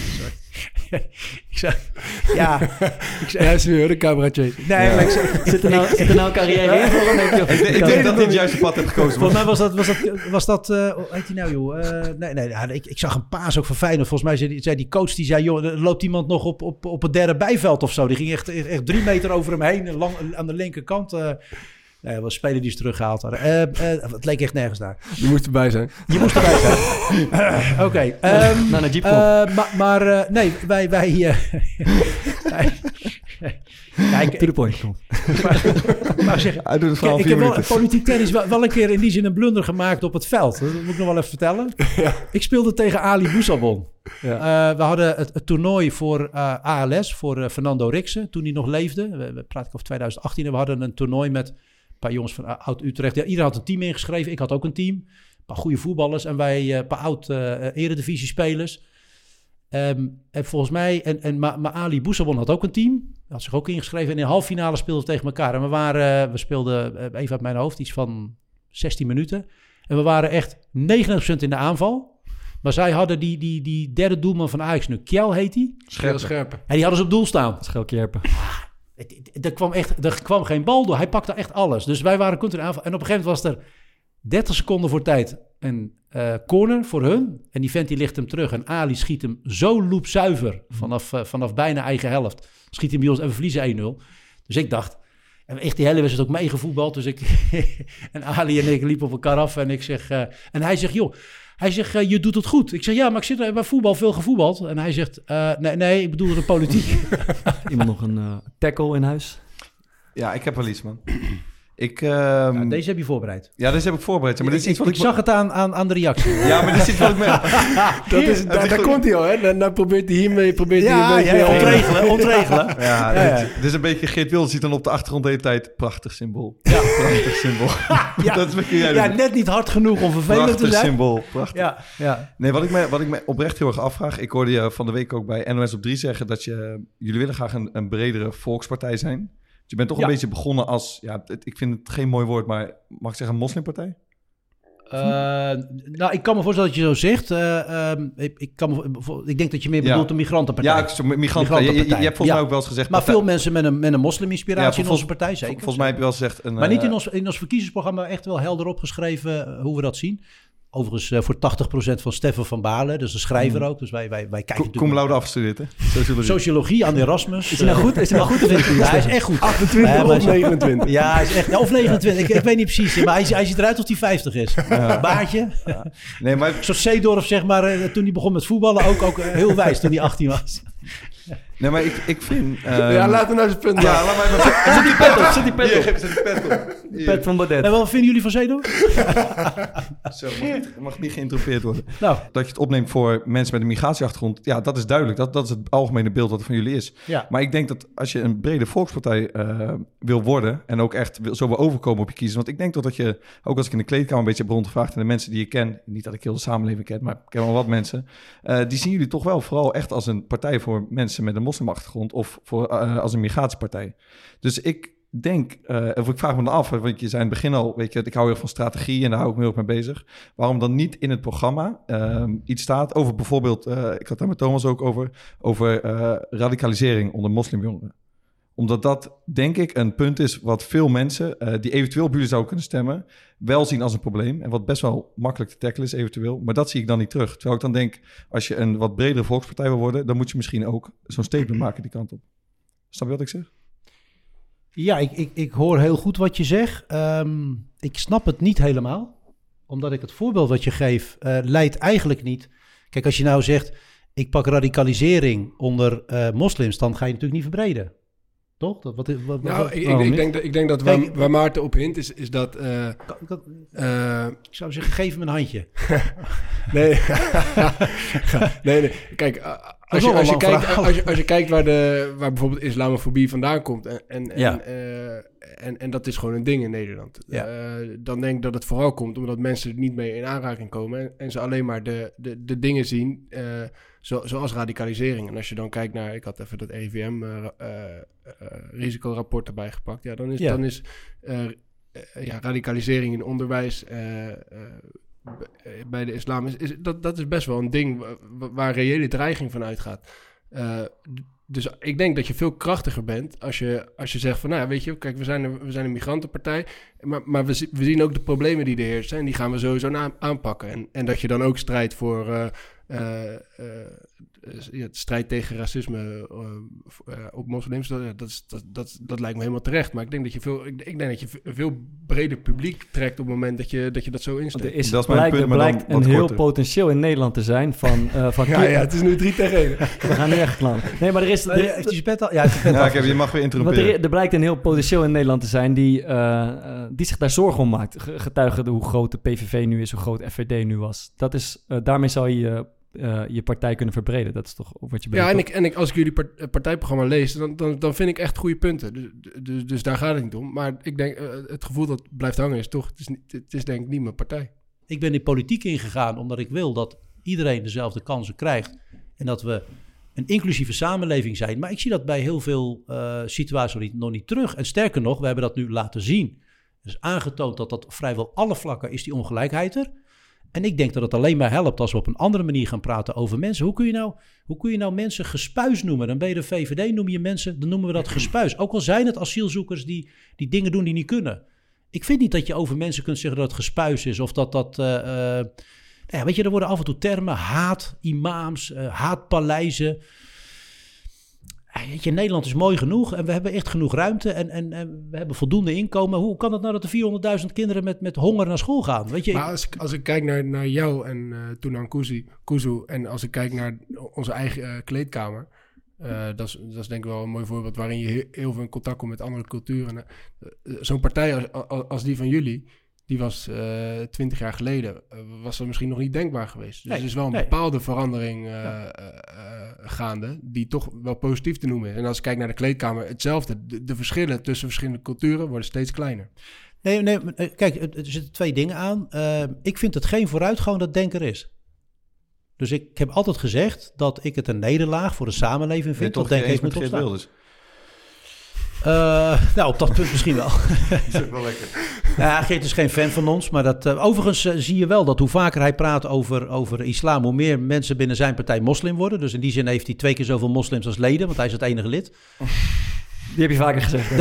Ik zeg, hij is weer de cameraatje. Nee, maar zit er nou een carrière in voor hem? Ik denk dat hij het juiste pad heeft gekozen. Volgens mij was dat hoe heet hij nou, joh? Ik zag een paas ook van Feyenoord. Volgens mij zei die coach, die zei, joh, er loopt iemand nog op het derde bijveld of zo. Die ging echt 3 meter over hem heen, lang aan de linkerkant. Nee, was speler die ze teruggehaald hadden. Het leek echt nergens naar. Je moest erbij zijn. Oké. Naar de jeep nee, wij kijk, to the point. Maar zeg, ik heb wel politiek tennis wel een keer in die zin een blunder gemaakt op het veld. Dat moet ik nog wel even vertellen. Ja. Ik speelde tegen Ali Boussabon. Ja. We hadden het toernooi voor ALS, voor Fernando Rixen, toen hij nog leefde. We praten over 2018 en we hadden een toernooi met een paar jongens van Oud-Utrecht. Ja, iedereen had een team ingeschreven. Ik had ook een team. Een paar goede voetballers en wij een paar oud-eredivisie-spelers. En volgens mij, maar Ali Boussabon had ook een team. Had zich ook ingeschreven. En in de halve finale speelden we tegen elkaar. En we speelden, even uit mijn hoofd, iets van 16 minuten. En we waren echt 99% in de aanval. Maar zij hadden die derde doelman van Ajax nu. Kjell heet hij. Scherpen. En die hadden ze op doel staan. Schelkjerpen. Er kwam geen bal door. Hij pakte echt alles. Dus wij waren continu in aanval. En op een gegeven moment was er 30 seconden voor tijd een corner voor hun. En die vent die ligt hem terug. En Ali schiet hem zo loopzuiver vanaf bijna eigen helft. Schiet hem bij ons en we verliezen 1-0. Dus ik dacht, en echt die hele wedstrijd ook meegevoetbald. Dus en Ali en ik liepen op elkaar af. En ik zeg, en hij zegt, joh. Hij zegt, je doet het goed. Ik zeg, ja, maar ik zit bij voetbal veel gevoetbald. En hij zegt, nee, ik bedoelde de politiek. Iemand nog een tackle in huis? Ja, ik heb wel iets, man. Deze heb je voorbereid. Ja, deze heb ik voorbereid. Maar dit is iets wat ik zag het aan de reactie. Ja, maar dit is iets wat ik me... Daar komt hij al, hè? Dan probeert hij hiermee... ontregelen. Dit is een beetje... Geert Wilders ziet dan op de achtergrond de hele tijd... Prachtig symbool. Ja, prachtig symbool. Dat is wat jij doet. Net niet hard genoeg om vervelend te zijn. Prachtig symbool. Prachtig. Ja. Nee, wat ik me oprecht heel erg afvraag... Ik hoorde je van de week ook bij NOS op 3 zeggen... dat jullie willen graag een bredere volkspartij zijn... Je bent toch een beetje begonnen als... Ja, ik vind het geen mooi woord, maar mag ik zeggen een moslimpartij? Ik kan me voorstellen dat je zo zegt. Ik denk dat je meer bedoelt een migrantenpartij. Ja, migrantenpartij. Je hebt volgens mij ook wel eens gezegd... Maar veel mensen met een mosliminspiratie in onze partij, zeker. Volgens mij heb je wel gezegd... Maar niet in ons verkiezingsprogramma echt wel helder opgeschreven hoe we dat zien. Overigens voor 80% van Steffen van Baarle, dus de schrijver ook. Dus wij kijken natuurlijk... Cum laude afgestudeerd, hè? Sociologie aan de Erasmus. Is hij nou goed? Is hij nou goed? Ja, hij is echt goed. 28 of 29? Ja, hij is echt... Of 29, ik weet niet precies. Maar hij ziet eruit of hij 50 is. Baardje. Ja. Nee, maar... Zoals Seedorf, zeg maar, toen hij begon met voetballen, ook heel wijs toen hij 18 was. Nee, maar ik vind... Ja, laat hem nou zijn punt. Ja, laat mij maar... Zet die pet op, zet die pet op. Zet die pet op. Pet van Baudet. En wat vinden jullie van Seedorf? Zo, mag niet geïnterrupeerd worden. Nou. Dat je het opneemt voor mensen met een migratieachtergrond... Ja, dat is duidelijk. Dat is het algemene beeld wat er van jullie is. Ja. Maar ik denk dat als je een brede volkspartij wil worden... en ook echt zo wil overkomen op je kiezen... want ik denk dat je... ook als ik in de kleedkamer een beetje heb rondgevraagd... en de mensen die je ken... niet dat ik heel de samenleving ken... maar ik ken wel wat mensen... die zien jullie toch wel vooral echt als een partij... voor mensen met een moslimachtergrond... of als een migratiepartij. Dus ik denk, of ik vraag me dan af, want je zei in het begin al, weet je, ik hou heel van strategie en daar hou ik me heel erg mee bezig. Waarom dan niet in het programma iets staat over bijvoorbeeld, ik had daar met Thomas ook over radicalisering onder moslimjongeren. Omdat dat, denk ik, een punt is wat veel mensen die eventueel op jullie zouden kunnen stemmen, wel zien als een probleem. En wat best wel makkelijk te tackelen is eventueel. Maar dat zie ik dan niet terug. Terwijl ik dan denk, als je een wat bredere volkspartij wil worden, dan moet je misschien ook zo'n statement maken die kant op. Snap je wat ik zeg? Ja, ik hoor heel goed wat je zegt. Ik snap het niet helemaal. Omdat ik het voorbeeld wat je geeft, leidt eigenlijk niet. Kijk, als je nou zegt, ik pak radicalisering onder moslims, dan ga je natuurlijk niet verbreden. Toch? Ik denk dat waar Maarten op hint is dat... ik zou zeggen, geef hem een handje. Nee. nee. Kijk, als je kijkt waar bijvoorbeeld islamofobie vandaan komt... En dat is gewoon een ding in Nederland. Ja. Dan denk ik dat het vooral komt omdat mensen er niet mee in aanraking komen... en ze alleen maar de dingen zien... zoals radicalisering. En als je dan kijkt naar... Ik had even dat RIVM-risicorapport erbij gepakt. Ja, dan is radicalisering in onderwijs... bij de islam... Dat is best wel een ding waar reële dreiging van uitgaat. Dus ik denk dat je veel krachtiger bent als je zegt van... Nou, weet je, kijk, we zijn een migrantenpartij... maar we zien ook de problemen die er heersen... en die gaan we sowieso aanpakken. En dat je dan ook strijdt voor... strijd tegen racisme op moslims, dat lijkt me helemaal terecht. Maar ik denk dat je een veel breder publiek trekt op het moment dat je dat zo insteekt. Er blijkt een heel potentieel in Nederland te zijn van ja, het is nu 3 tegen 1. We gaan nu echt klaar. Nee, maar er is... Heeft je pet al? Ja, je mag weer interromperen. Er blijkt een heel potentieel in Nederland te zijn die zich daar zorgen om maakt. Getuige hoe groot de PVV nu is, hoe groot FVD nu was. Dat is, daarmee zou je partij kunnen verbreden. Dat is toch wat je bent. Ja, en als ik jullie partijprogramma lees, dan vind ik echt goede punten. Dus daar gaat het niet om. Maar ik denk, het gevoel dat blijft hangen is toch... Het is denk ik niet mijn partij. Ik ben in politiek ingegaan omdat ik wil dat iedereen dezelfde kansen krijgt. En dat we een inclusieve samenleving zijn. Maar ik zie dat bij heel veel situaties nog niet terug. En sterker nog, we hebben dat nu laten zien. Dus aangetoond dat op vrijwel alle vlakken is die ongelijkheid er. En ik denk dat het alleen maar helpt als we op een andere manier gaan praten over mensen. Hoe kun je nou mensen gespuis noemen? Dan ben je de VVD, noem je mensen, dan noemen we dat gespuis. Ook al zijn het asielzoekers die dingen doen die niet kunnen. Ik vind niet dat je over mensen kunt zeggen dat het gespuis is. Of dat weet je, er worden af en toe termen, haat, imams, haatpaleizen. Weet je, Nederland is mooi genoeg en we hebben echt genoeg ruimte en we hebben voldoende inkomen. Hoe kan het nou dat er 400.000 kinderen met honger naar school gaan? Weet je, maar als ik kijk naar jou en Toonan Kuzu en als ik kijk naar onze eigen kleedkamer, dat is denk ik wel een mooi voorbeeld waarin je heel veel in contact komt met andere culturen. Zo'n partij als die van jullie, die was 20 jaar geleden, was er misschien nog niet denkbaar geweest. Dus er is wel een bepaalde verandering gaande, die toch wel positief te noemen is. En als ik kijk naar de kleedkamer, hetzelfde. De verschillen tussen verschillende culturen worden steeds kleiner. Nee, kijk, er zitten 2 dingen aan. Ik vind het geen vooruitgang dat denken er is. Dus ik heb altijd gezegd dat ik het een nederlaag voor de samenleving vind. Dat denken heeft moeten opstaan. Nou, op dat punt misschien wel. Dat is ook wel lekker. Geert is geen fan van ons, maar dat... overigens zie je wel dat hoe vaker hij praat over islam, hoe meer mensen binnen zijn partij moslim worden. Dus in die zin heeft hij 2 keer zoveel moslims als leden, want hij is het enige lid. Die heb je vaker gezegd.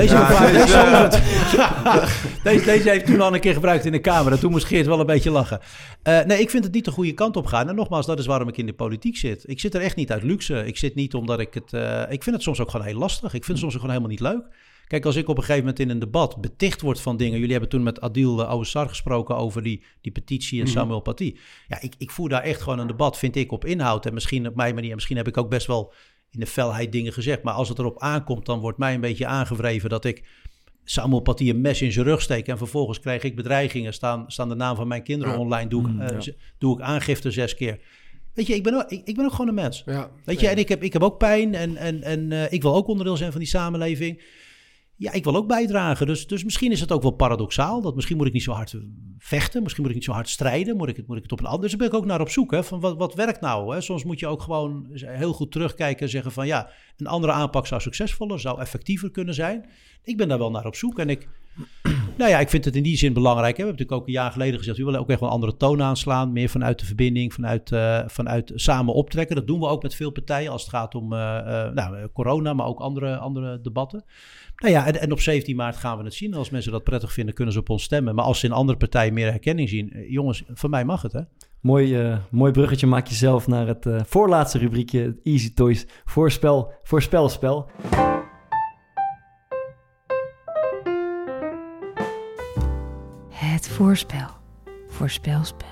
Deze heeft toen al een keer gebruikt in de Kamer. En toen moest Geert wel een beetje lachen. Nee, ik vind het niet de goede kant op gaan. En nogmaals, dat is waarom ik in de politiek zit. Ik zit er echt niet uit luxe. Ik zit niet omdat ik het... ik vind het soms ook gewoon heel lastig. Ik vind het soms ook gewoon helemaal niet leuk. Kijk, als ik op een gegeven moment in een debat beticht word van dingen... Jullie hebben toen met Adil Ouassar gesproken over die petitie en Samuel Paty. Ja, ik voer daar echt gewoon een debat, vind ik, op inhoud. En misschien op mijn manier, misschien heb ik ook best wel in de felheid dingen gezegd. Maar als het erop aankomt, dan wordt mij een beetje aangewreven dat ik Samuel Paty een mes in zijn rug steek. En vervolgens krijg ik bedreigingen, staan de naam van mijn kinderen online. Doe ik aangifte 6 keer. Weet je, ik ben ook gewoon een mens. Ja, weet je, en ik heb ook pijn en ik wil ook onderdeel zijn van die samenleving. ja, ik wil ook bijdragen. Dus misschien is het ook wel paradoxaal. Misschien moet ik niet zo hard vechten. Misschien moet ik niet zo hard strijden. Moet ik het op een ander... Dus daar ben ik ook naar op zoek. Hè, van wat werkt nou? Hè? Soms moet je ook gewoon heel goed terugkijken en zeggen van... ja, een andere aanpak zou succesvoller, zou effectiever kunnen zijn. Ik ben daar wel naar op zoek. En ik vind het in die zin belangrijk. Hè? We hebben natuurlijk ook een jaar geleden gezegd... we willen ook echt wel een andere toon aanslaan. Meer vanuit de verbinding, vanuit samen optrekken. Dat doen we ook met veel partijen als het gaat om corona... maar ook andere debatten. Nou ja, en op 17 maart gaan we het zien. Als mensen dat prettig vinden, kunnen ze op ons stemmen. Maar als ze in andere partijen meer herkenning zien... jongens, van mij mag het, hè? Mooi bruggetje maak je zelf naar het voorlaatste rubriekje... het Easy Toys voorspelspel. Het voorspelspel.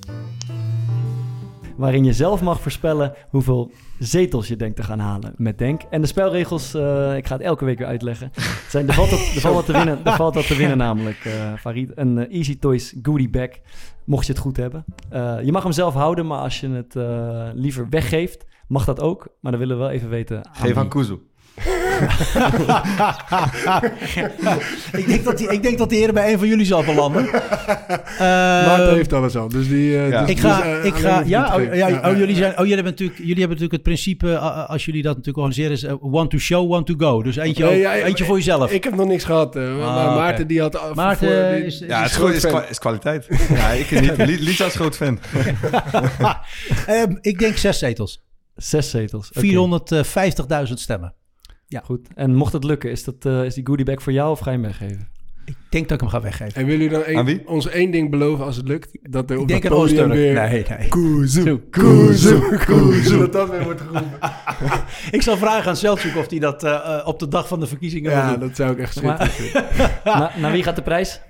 Waarin je zelf mag voorspellen hoeveel zetels je denkt te gaan halen met Denk. En de spelregels, ik ga het elke week weer uitleggen. Er valt wat te winnen namelijk, Farid. Een Easy Toys goodie bag, mocht je het goed hebben. Je mag hem zelf houden, maar als je het liever weggeeft, mag dat ook. Maar dan willen we wel even weten... Geef aan Kuzu. Ik denk dat die heren bij een van jullie zal belanden. Maarten heeft alles al. Dus die. Jullie hebben natuurlijk het principe, als jullie dat natuurlijk organiseren, is one to show, one to go. Dus eentje voor jezelf. Ik heb nog niks gehad. Maar Maarten die had. Maarten is kwaliteit. Ja, ik niet. Lisa is groot fan. Ik denk 6 zetels. 6 zetels. Okay. 450.000 stemmen. Ja. Goed. En mocht het lukken, is die goodie bag voor jou of ga je hem weggeven? Ik denk dat ik hem ga weggeven. En willen jullie dan ons één ding beloven als het lukt? Dat er op het podium weer... Nee. Kuzu. Dat weer wordt geroepen. Ik zal vragen aan Selçuk of hij dat op de dag van de verkiezingen wil doen. Ja, dat zou ik echt schitterend vinden. Naar wie gaat de prijs?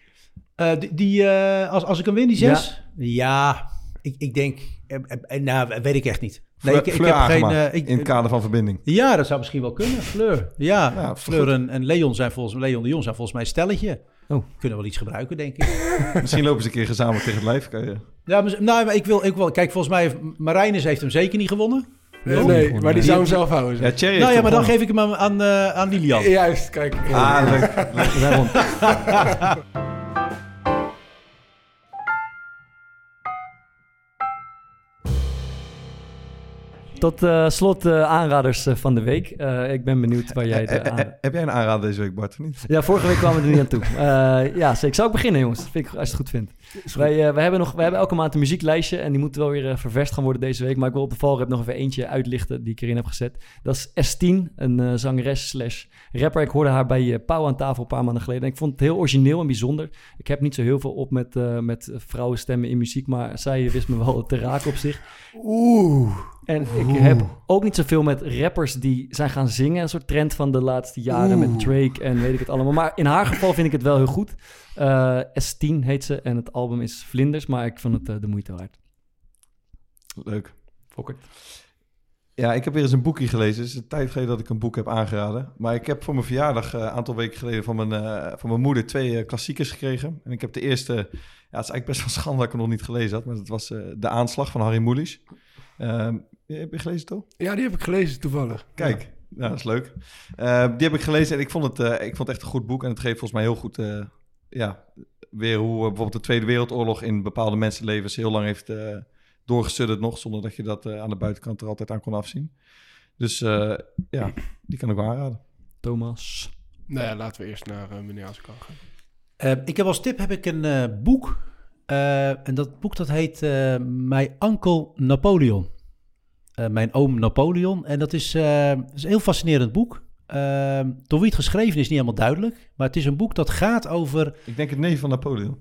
Als ik hem win, die 6? Ja, ik denk... weet ik echt niet. Nee, ik heb geen... in het kader van verbinding. Ja, dat zou misschien wel kunnen. Fleur. Ja Fleur en Leon de Jong zijn volgens mij een stelletje. Kunnen wel iets gebruiken, denk ik. Misschien lopen ze een keer gezamenlijk tegen het lijf. Kan je... Ja, maar ik wil... Kijk, volgens mij Marijnus heeft hem zeker niet gewonnen. Nee, maar die zou hem zelf houden. Ja, Thierry maar dan geef ik hem aan Lilian. Juist, kijk. Leuk. Tot slot aanraders van de week. Ik ben benieuwd waar jij... Heb jij een aanrader deze week, Bart, of niet? Ja, vorige week kwamen we er niet aan toe. Ja, zeker. Zou ik beginnen, jongens? Vind ik, als je het goed vindt. Wij hebben elke maand een muzieklijstje en die moet wel weer ververst gaan worden deze week. Maar ik wil op de valreep nog even eentje uitlichten die ik erin heb gezet. Dat is S10, een zangeres/rapper. Ik hoorde haar bij Pauw aan tafel een paar maanden geleden. En ik vond het heel origineel en bijzonder. Ik heb niet zo heel veel op met vrouwenstemmen in muziek, maar zij wist me wel te raken op zich. En ik heb ook niet zoveel met rappers die zijn gaan zingen. Een soort trend van de laatste jaren met Drake en weet ik het allemaal. Maar in haar geval vind ik het wel heel goed. S10 heet ze en het album is Vlinders. Maar ik vond het de moeite waard. Leuk. Fokker. Ja, ik heb weer eens een boekje gelezen. Het is een tijd geleden dat ik een boek heb aangeraden. Maar ik heb voor mijn verjaardag een aantal weken geleden van mijn moeder 2 klassiekers gekregen. En ik heb de eerste... Ja, het is eigenlijk best wel schande dat ik hem nog niet gelezen had. Maar dat was De Aanslag van Harry Mulisch. Heb je gelezen, toch? Ja, die heb ik gelezen toevallig. Kijk, ja, dat is leuk. Die heb ik gelezen en ik vond het echt een goed boek. En het geeft volgens mij heel goed weer hoe bijvoorbeeld de Tweede Wereldoorlog in bepaalde mensenlevens heel lang heeft doorgesudderd nog, zonder dat je dat aan de buitenkant er altijd aan kon afzien. Dus die kan ik wel aanraden. Thomas? Nou ja, laten we eerst naar meneer Askan gaan. Ik heb als tip een boek. En dat boek dat heet My Uncle Napoleon. Mijn oom Napoleon. En dat is een heel fascinerend boek. Door wie het geschreven is niet helemaal duidelijk. Maar het is een boek dat gaat over... Ik denk het neef van Napoleon.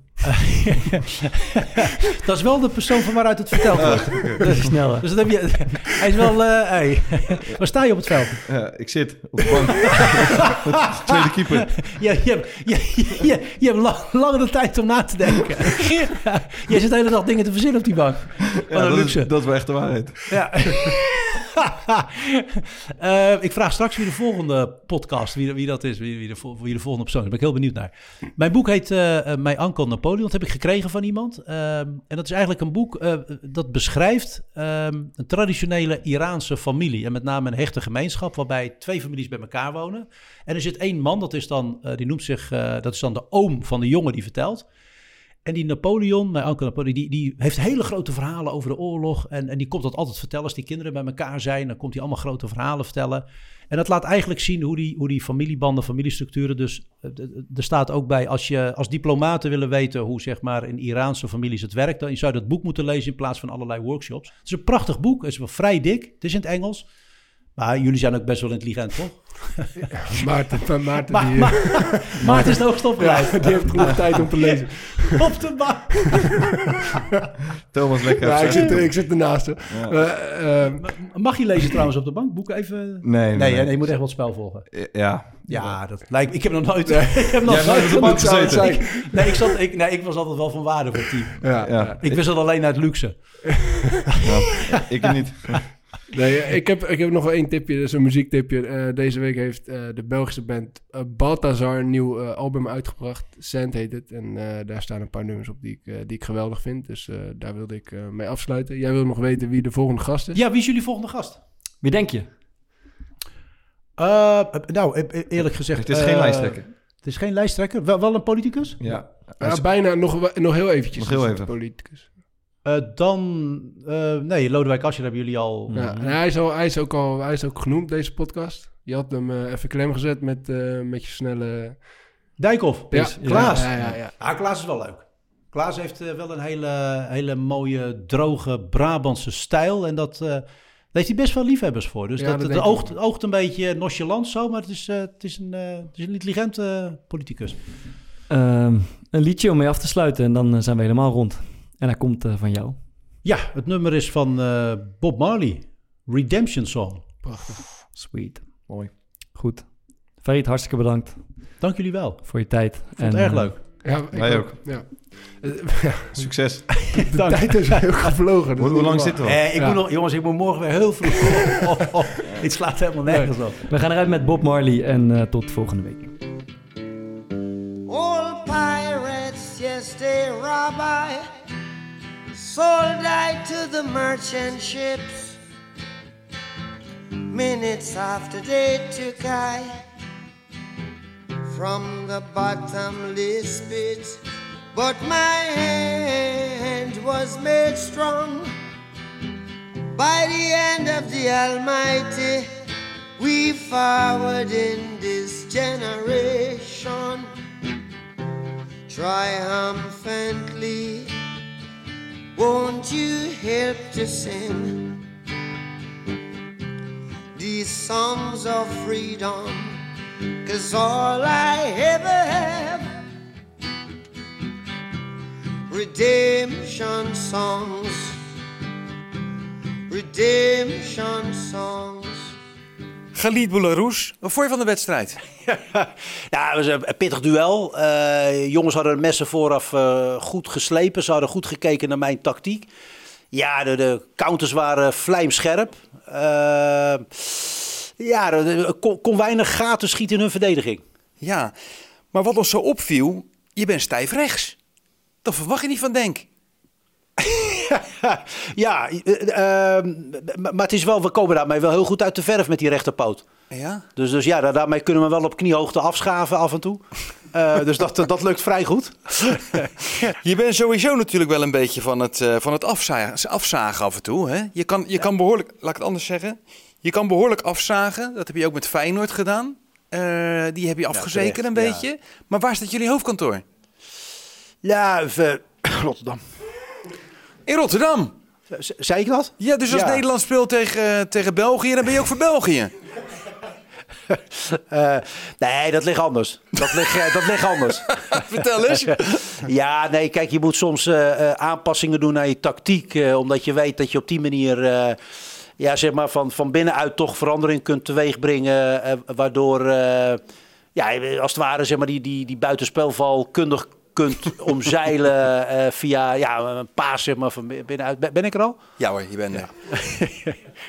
Dat is wel de persoon van waaruit het verteld wordt. Dat is sneller. Dus dat heb je... Hij is wel... Waar sta je op het veld? Ik zit op de bank. Tweede keeper. Je hebt lang de tijd om na te denken. Jij zit de hele dag dingen te verzinnen op die bank. Ja, dat is wel echt de waarheid. Ja. Ik vraag straks wie de volgende podcast, wie dat is, wie de volgende persoon is. Daar ben ik heel benieuwd naar. Mijn boek heet My Uncle Napoleon. Dat heb ik gekregen van iemand. En dat is eigenlijk een boek dat beschrijft een traditionele Iraanse familie. En met name een hechte gemeenschap, waarbij 2 families bij elkaar wonen. En er zit 1 man, dat is dan, die noemt zich, dat is dan de oom van de jongen die vertelt. En die Napoleon, mijn onkel Napoleon, die heeft hele grote verhalen over de oorlog. En die komt dat altijd vertellen als die kinderen bij elkaar zijn. Dan komt hij allemaal grote verhalen vertellen. En dat laat eigenlijk zien hoe die familiebanden, familiestructuren. Dus er staat ook bij, als diplomaten willen weten hoe zeg maar in Iraanse families het werkt, dan zou je dat boek moeten lezen in plaats van allerlei workshops. Het is een prachtig boek. Het is wel vrij dik. Het is in het Engels. Maar jullie zijn ook best wel intelligent, toch? Maarten, Maarten is de hoogst opgeleid. Ja, die heeft genoeg tijd om te lezen. Op de bank. Thomas, lekker. Ja, ik zit ernaast. Ja. Mag je lezen trouwens op de bank? Boeken even? Nee, je moet echt wat spel volgen. Ja, dat lijkt. Ik heb nog nooit. Jij hebt nooit op de bank gezeten. Ik was altijd wel van waarde voor het team. Ja. Ik wist het alleen uit luxe. Ik niet. Nee, ik heb nog wel 1 tipje, dat is een muziektipje. Deze week heeft de Belgische band Balthazar een nieuw album uitgebracht. Sand heet het. En daar staan een paar nummers op die ik geweldig vind. Dus daar wilde ik mee afsluiten. Jij wil nog weten wie de volgende gast is? Ja, wie is jullie volgende gast? Wie denk je? Eerlijk gezegd... Het is geen lijsttrekker. Het is geen lijsttrekker? Wel een politicus? Ja. Bijna nog heel eventjes. Nog heel even. Politicus. Lodewijk Asscher hebben jullie al... Ja, en hij is ook genoemd, deze podcast. Je had hem even klem gezet met je snelle... Dijkhoff. Ja. Klaas. Ja. Klaas is wel leuk. Klaas heeft wel een hele mooie, droge Brabantse stijl. En daar heeft hij best wel liefhebbers voor. Dus het oogt een beetje nonchalant zo, maar het is een intelligente politicus. Een liedje om mee af te sluiten en dan zijn we helemaal rond. En hij komt van jou. Ja, het nummer is van Bob Marley. Redemption Song. Prachtig. Sweet. Mooi. Goed. Farid, hartstikke bedankt. Dank jullie wel. Voor je tijd. Ik vond het erg leuk. Ja, wij ook. Ja. Succes. De tijd is heel gevlogen. Hoe lang zitten we? Jongens, ik moet morgen weer heel vroeg. Het slaat helemaal nergens op. We gaan eruit met Bob Marley en tot volgende week. All pirates, yes, they rabbi, sold I to the merchant ships. Minutes after they took I from the bottomless pit, but my hand was made strong by the hand of the Almighty. We forward in this generation triumphantly. Won't you help to sing these songs of freedom? 'Cause all I ever have, redemption songs, redemption songs. Khalid Boularus, wat vond je van de wedstrijd? Ja, het was een pittig duel. Jongens hadden de messen vooraf goed geslepen. Ze hadden goed gekeken naar mijn tactiek. Ja, de counters waren vlijmscherp. Er kon weinig gaten schieten in hun verdediging. Ja, maar wat ons zo opviel, je bent stijf rechts. Dat verwacht je niet van Denk. Maar het is wel, we komen daarmee wel heel goed uit de verf met die rechterpoot. Ja? Dus ja, daarmee kunnen we wel op kniehoogte afschaven af en toe. Dus dat lukt vrij goed. Je bent sowieso natuurlijk wel een beetje van het afzagen af en toe. Hè? Je kan behoorlijk, laat ik het anders zeggen. Je kan behoorlijk afzagen. Dat heb je ook met Feyenoord gedaan. Die heb je afgezekerd een beetje. Maar waar staat jullie hoofdkantoor? Ja, Rotterdam. In Rotterdam? Zei ik dat? Ja, dus als Nederland speelt tegen België, dan ben je ook voor België. Nee, dat ligt anders. Dat ligt anders. Vertel eens. Ja, nee, kijk, je moet soms aanpassingen doen aan je tactiek. Omdat je weet dat je op die manier zeg maar van binnenuit toch verandering kunt teweegbrengen. Waardoor, als het ware, zeg maar, die buitenspelval kundig kunt omzeilen via een paas, zeg maar, van binnenuit. Ben ik er al? Ja hoor, je bent er.